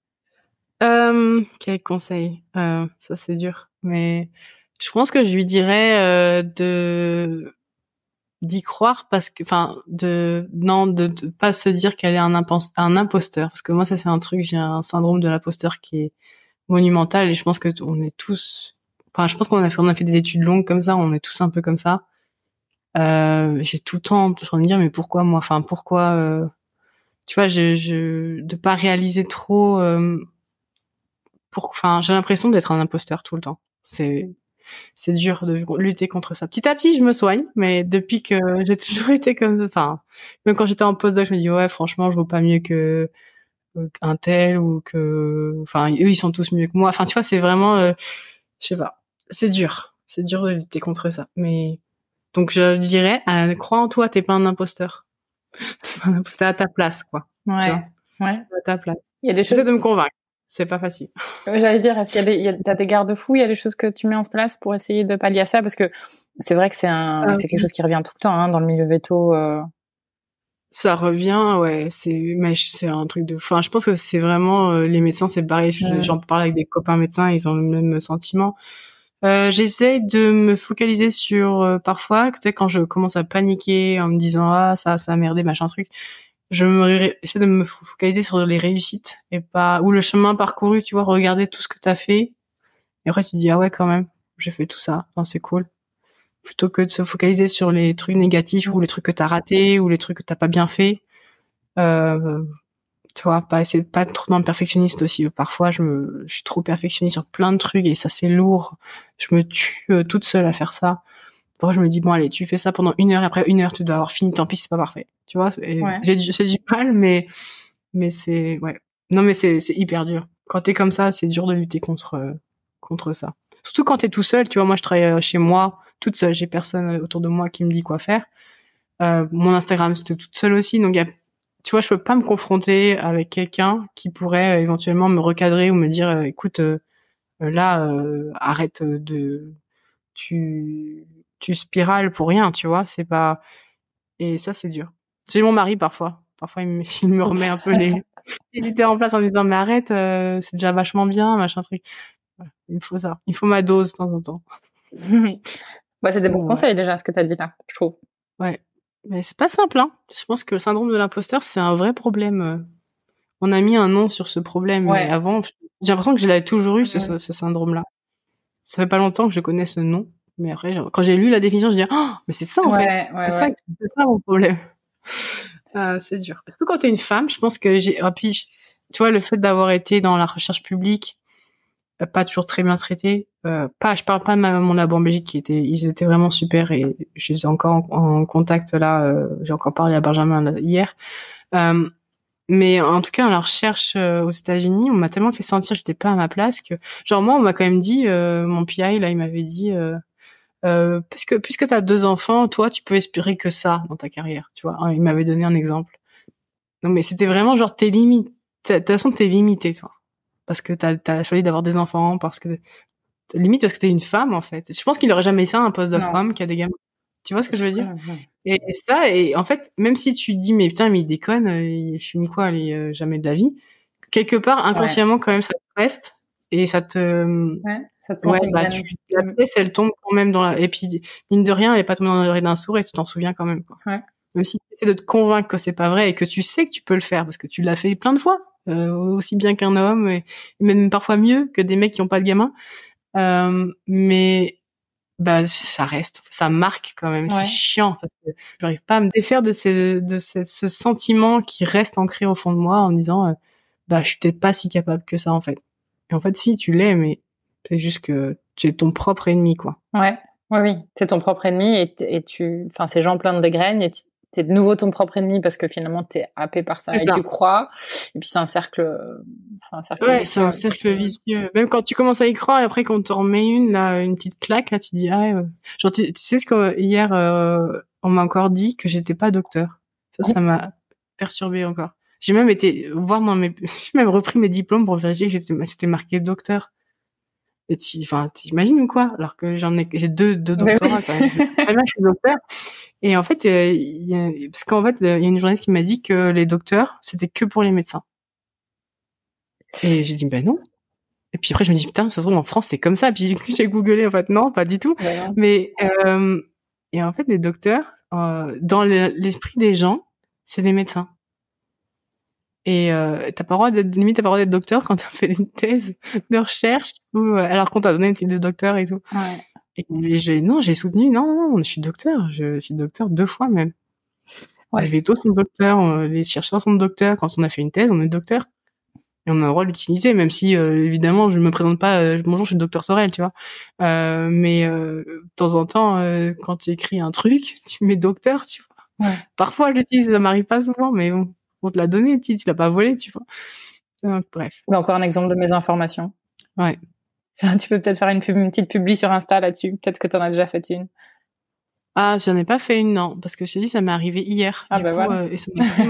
Quel conseil? Ça c'est dur, mais je pense que je lui dirais d'y croire parce que, enfin, de pas se dire qu'elle est un imposteur, parce que moi ça c'est un truc, j'ai un syndrome de l'imposteur qui est monumental et je pense que on est tous, enfin je pense qu'on a fait des études longues comme ça, on est tous un peu comme ça. J'ai tout le temps en train de me dire mais pourquoi moi, enfin pourquoi tu vois, de pas réaliser trop. Enfin, j'ai l'impression d'être un imposteur tout le temps. C'est dur de lutter contre ça. Petit à petit, je me soigne, mais depuis que j'ai toujours été comme ça, enfin, même quand j'étais en postdoc, je me dis ouais, franchement, je vaux pas mieux que un tel ou enfin, eux, ils sont tous mieux que moi. Enfin, tu vois, c'est vraiment, je sais pas, c'est dur de lutter contre ça. Mais donc, je dirais, crois en toi, t'es pas un imposteur. T'es à ta place, quoi. Ouais. Tu vois, ouais. à ta place. Il y a des choses. J'essaie de me convaincre. C'est pas facile. J'allais dire, est-ce qu'il y a t'as des garde-fous, il y a des choses que tu mets en place pour essayer de pallier à ça, parce que c'est vrai que c'est quelque chose qui revient tout le temps, hein, dans le milieu véto. Ça revient, ouais, mais c'est un truc de, enfin, je pense que c'est vraiment, les médecins, c'est pareil, j'en parle avec des copains médecins, ils ont le même sentiment. J'essaie de me focaliser sur, parfois, tu sais, quand je commence à paniquer en me disant, ça a merdé, machin truc, j'essaie de me focaliser sur les réussites et pas, ou le chemin parcouru, tu vois, regarder tout ce que t'as fait. Et après, tu te dis, ah ouais, quand même, j'ai fait tout ça, enfin, c'est cool. Plutôt que de se focaliser sur les trucs négatifs ou les trucs que t'as ratés ou les trucs que t'as pas bien fait. Tu vois, pas essayer de pas être trop dans le perfectionniste aussi. Parfois, je suis trop perfectionniste sur plein de trucs et ça, c'est lourd. Je me tue toute seule à faire ça. Parfois, je me dis, bon, allez, tu fais ça pendant 1 heure et après 1 heure, tu dois avoir fini, tant pis, c'est pas parfait. Tu vois, j'ai du mal, mais c'est, ouais. Non, mais c'est hyper dur. Quand t'es comme ça, c'est dur de lutter contre ça. Surtout quand t'es tout seul, tu vois, moi, je travaille chez moi, toute seule, j'ai personne autour de moi qui me dit quoi faire. Mon Instagram, c'était toute seule aussi, donc tu vois, je peux pas me confronter avec quelqu'un qui pourrait éventuellement me recadrer ou me dire, écoute, là, arrête tu spirales pour rien, tu vois, c'est pas, et ça, c'est dur. J'ai mon mari parfois il me remet un peu hésiter en place en disant mais arrête, c'est déjà vachement bien, machin truc. Voilà, il me faut ça. Il faut ma dose de temps en temps. Bah, c'est des bons conseils déjà, ce que t'as dit là, je trouve. Ouais. Mais c'est pas simple, hein. Je pense que le syndrome de l'imposteur, c'est un vrai problème. On a mis un nom sur ce problème, mais avant, j'ai l'impression que je l'avais toujours eu, ce syndrome-là. Ça fait pas longtemps que je connais ce nom, mais après, quand j'ai lu la définition, je dis mais c'est ça en fait. C'est ça mon problème. C'est dur. Parce que quand t'es une femme, je pense que puis, tu vois, le fait d'avoir été dans la recherche publique, pas toujours très bien traité, je parle pas de mon labo en Belgique ils étaient vraiment super et je suis encore en contact là, j'ai encore parlé à Benjamin là, hier. Mais en tout cas, à la recherche aux États-Unis, on m'a tellement fait sentir que j'étais pas à ma place que, genre moi, on m'a quand même dit, mon PI là, il m'avait dit, puisque t'as 2 enfants, toi, tu peux espérer que ça dans ta carrière, tu vois. Il m'avait donné un exemple. Non, mais c'était vraiment genre tes limites. De toute façon, t'es limité, toi, parce que t'as choisi d'avoir des enfants, parce que limite parce que t'es une femme en fait. Je pense qu'il aurait jamais ça un poste de femme qui a des gamins. Tu vois ce que je veux dire? Et ça, et en fait, même si tu dis, mais putain, mais il déconne, il fume quoi, allez, jamais de la vie. Quelque part, inconsciemment, quand même, ça te reste, et ça te, ça te la pièce, elle tombe quand même et puis, mine de rien, elle est pas tombée dans l'oreille d'un sourd et tu t'en souviens quand même, quoi. Même si tu essaies de te convaincre que c'est pas vrai et que tu sais que tu peux le faire parce que tu l'as fait plein de fois, aussi bien qu'un homme et même parfois mieux que des mecs qui ont pas de gamins. Mais, ça reste, ça marque quand même, c'est chiant parce que j'arrive pas à me défaire de ce sentiment qui reste ancré au fond de moi en me disant, je suis peut-être pas si capable que ça en fait. Et en fait, si tu l'es, mais c'est juste que tu es ton propre ennemi, quoi. Oui, c'est ton propre ennemi et c'est Jean plein de dégraines et t'es de nouveau ton propre ennemi parce que finalement t'es happé par ça tu crois, et puis c'est un cercle vicieux. C'est un cercle vicieux. Même quand tu commences à y croire et après quand on te remet une petite claque, là tu dis genre tu sais ce que hier on m'a encore dit que j'étais pas docteur. Ça m'a perturbé encore. J'ai même été voir j'ai même repris mes diplômes pour vérifier que c'était marqué docteur. Et t'imagines ou quoi? Alors que j'ai deux doctorats quand même. Très bien, je suis docteur. Et en fait, parce qu'en fait, il y a une journaliste qui m'a dit que les docteurs, c'était que pour les médecins. Et j'ai dit, non. Et puis après, je me dis, putain, ça se trouve, en France, c'est comme ça. Puis j'ai googlé, en fait, non, pas du tout. Mais, et en fait, les docteurs, dans l'esprit des gens, c'est des médecins. Et t'as pas le droit d'être docteur quand t'as fait une thèse de recherche alors qu'on t'a donné une titre de docteur et tout. Et j'ai soutenu, non, je suis docteur 2 fois même. Les vétos sont docteurs, les chercheurs sont docteurs, quand on a fait une thèse, on est docteur. Et on a le droit de l'utiliser, même si, évidemment, je me présente pas, bonjour, je suis le docteur Sorel, tu vois. Mais de temps en temps, quand tu écris un truc, tu mets docteur, tu vois. Parfois, je l'utilise, ça m'arrive pas souvent, mais bon. On te l'a donné, tu l'as pas volé, tu vois. Donc, bref. Encore un exemple de mes informations. Tu peux peut-être faire une petite publi sur Insta là-dessus. Peut-être que t'en as déjà fait une. J'en ai pas fait une, non. Parce que je te dis, ça m'est arrivé hier. Voilà. Et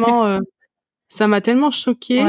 ça m'a tellement choquée.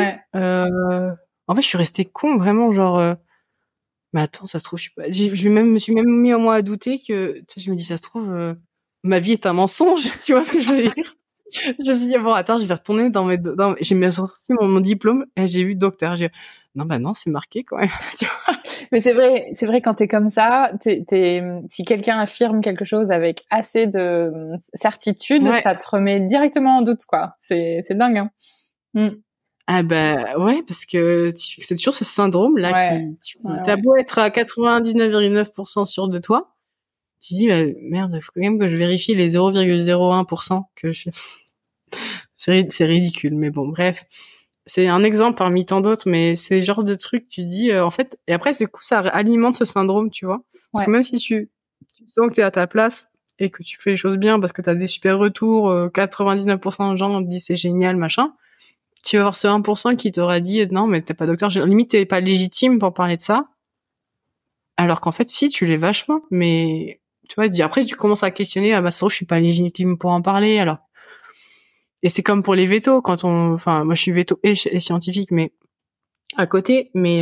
En fait, je suis restée con, vraiment, genre, mais attends, ça se trouve, me suis même mis au moins à douter que, je me dis, ça se trouve, ma vie est un mensonge. Tu vois ce que je veux dire? Je me suis dit, bon, attends, je vais retourner j'ai mis sorti mon diplôme et j'ai vu docteur. J'ai dit, non, c'est marqué quand même. Tu vois. Mais c'est vrai, quand t'es comme ça, si quelqu'un affirme quelque chose avec assez de certitude, ça te remet directement en doute, quoi. C'est dingue, hein. Parce que c'est toujours ce syndrome-là t'as beau être à 99,9% sûr de toi. Tu dis, merde, il faut quand même que je vérifie les 0,01% que je... C'est ridicule, mais bon, bref. C'est un exemple parmi tant d'autres, mais c'est le genre de truc, tu dis, en fait, et après, du coup, ça alimente ce syndrome, tu vois. Parce que même si tu sens que t'es à ta place et que tu fais les choses bien parce que t'as des super retours, 99% de gens te disent c'est génial, machin, tu vas avoir ce 1% qui t'aura dit, non, mais t'es pas docteur, limite, t'es pas légitime pour parler de ça. Alors qu'en fait, si, tu l'es vachement, mais tu vois, après, tu commences à questionner, ça se trouve, je suis pas légitime pour en parler, alors. Et c'est comme pour les vétos, moi, je suis véto et scientifique, mais à côté, mais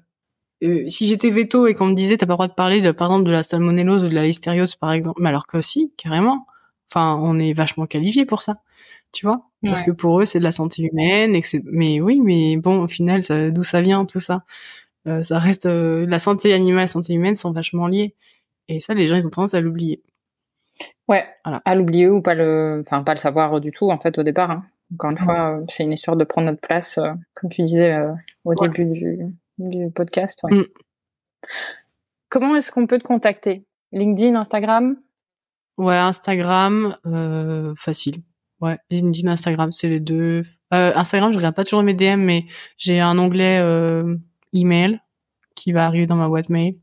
si j'étais véto et qu'on me disait, t'as pas le droit de parler, par exemple, de la salmonellose ou de la listériose, par exemple, mais alors que si, carrément. Enfin, on est vachement qualifié pour ça, tu vois. Parce que pour eux, c'est de la santé humaine et que mais oui, mais bon, au final, d'où ça vient, tout ça? Ça reste, la santé animale, la santé humaine sont vachement liées. Et ça, les gens, ils ont tendance à l'oublier. Ouais. Voilà. À l'oublier ou pas le savoir du tout, en fait, au départ, hein. Encore une fois, c'est une histoire de prendre notre place, comme tu disais, au début du podcast, ouais. Comment est-ce qu'on peut te contacter? LinkedIn, Instagram? Ouais, Instagram, facile. Ouais, LinkedIn, Instagram, c'est les deux. Instagram, je regarde pas toujours mes DM, mais j'ai un onglet email qui va arriver dans ma boîte mail.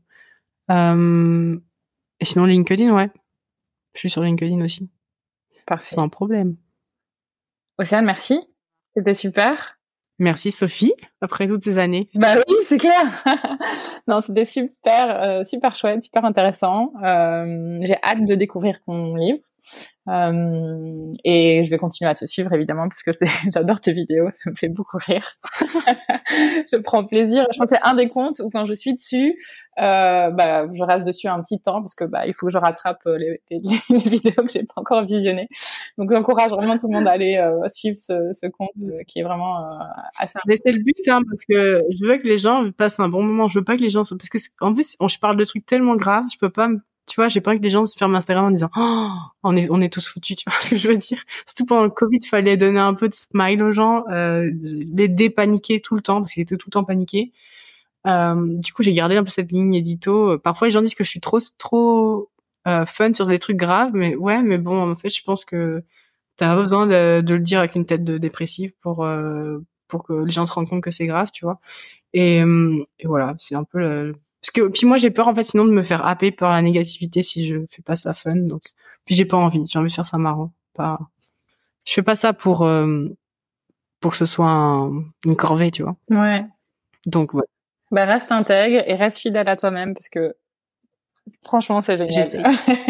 Et sinon, LinkedIn, ouais. Je suis sur LinkedIn aussi. Parfait. Sans problème. Océane, merci. C'était super. Merci Sophie, après toutes ces années. Bah oui, c'est clair. Non, c'était super, super chouette, super intéressant. J'ai hâte de découvrir ton livre. Et je vais continuer à te suivre évidemment parce que j'adore tes vidéos, ça me fait beaucoup rire. Je prends plaisir. Je pense que c'est un des comptes où quand je suis dessus, je reste dessus un petit temps parce que il faut que je rattrape les vidéos que j'ai pas encore visionnées. Donc j'encourage vraiment tout le monde à aller suivre ce compte qui est vraiment assez. Mais c'est le but, hein, parce que je veux que les gens passent un bon moment. Je veux pas que les gens parce que en plus je parle de trucs tellement graves, je peux pas tu vois, j'ai pas envie que les gens se ferment Instagram en disant on est tous foutus, tu vois ce que je veux dire. Surtout pendant le Covid, il fallait donner un peu de smile aux gens, les dépaniquer tout le temps parce qu'ils étaient tout le temps paniqués. Du coup, j'ai gardé un peu cette ligne édito. Parfois, les gens disent que je suis trop fun sur des trucs graves, mais bon, en fait, je pense que t'as pas besoin de le dire avec une tête de dépressive pour que les gens se rendent compte que c'est grave, tu vois. Et voilà, c'est un peu parce que puis moi j'ai peur en fait sinon de me faire happer par la négativité si je fais pas ça fun, donc puis j'ai envie de faire ça marrant, je fais pas ça pour que ce soit une corvée, tu vois. Ouais. Donc ouais. Reste intègre et reste fidèle à toi-même parce que franchement c'est génial. J'essaie.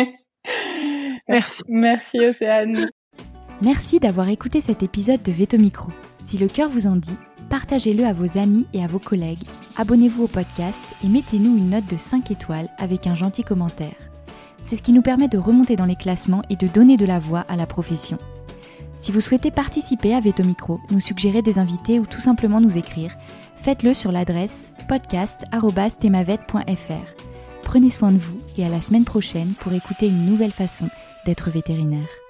Merci Océane. Merci d'avoir écouté cet épisode de Veto Micro. Si le cœur vous en dit, partagez-le à vos amis et à vos collègues, abonnez-vous au podcast et mettez-nous une note de 5 étoiles avec un gentil commentaire. C'est ce qui nous permet de remonter dans les classements et de donner de la voix à la profession. Si vous souhaitez participer à Veto Micro, nous suggérer des invités ou tout simplement nous écrire, faites-le sur l'adresse podcast@themavet.fr. Prenez soin de vous et à la semaine prochaine pour écouter une nouvelle façon d'être vétérinaire.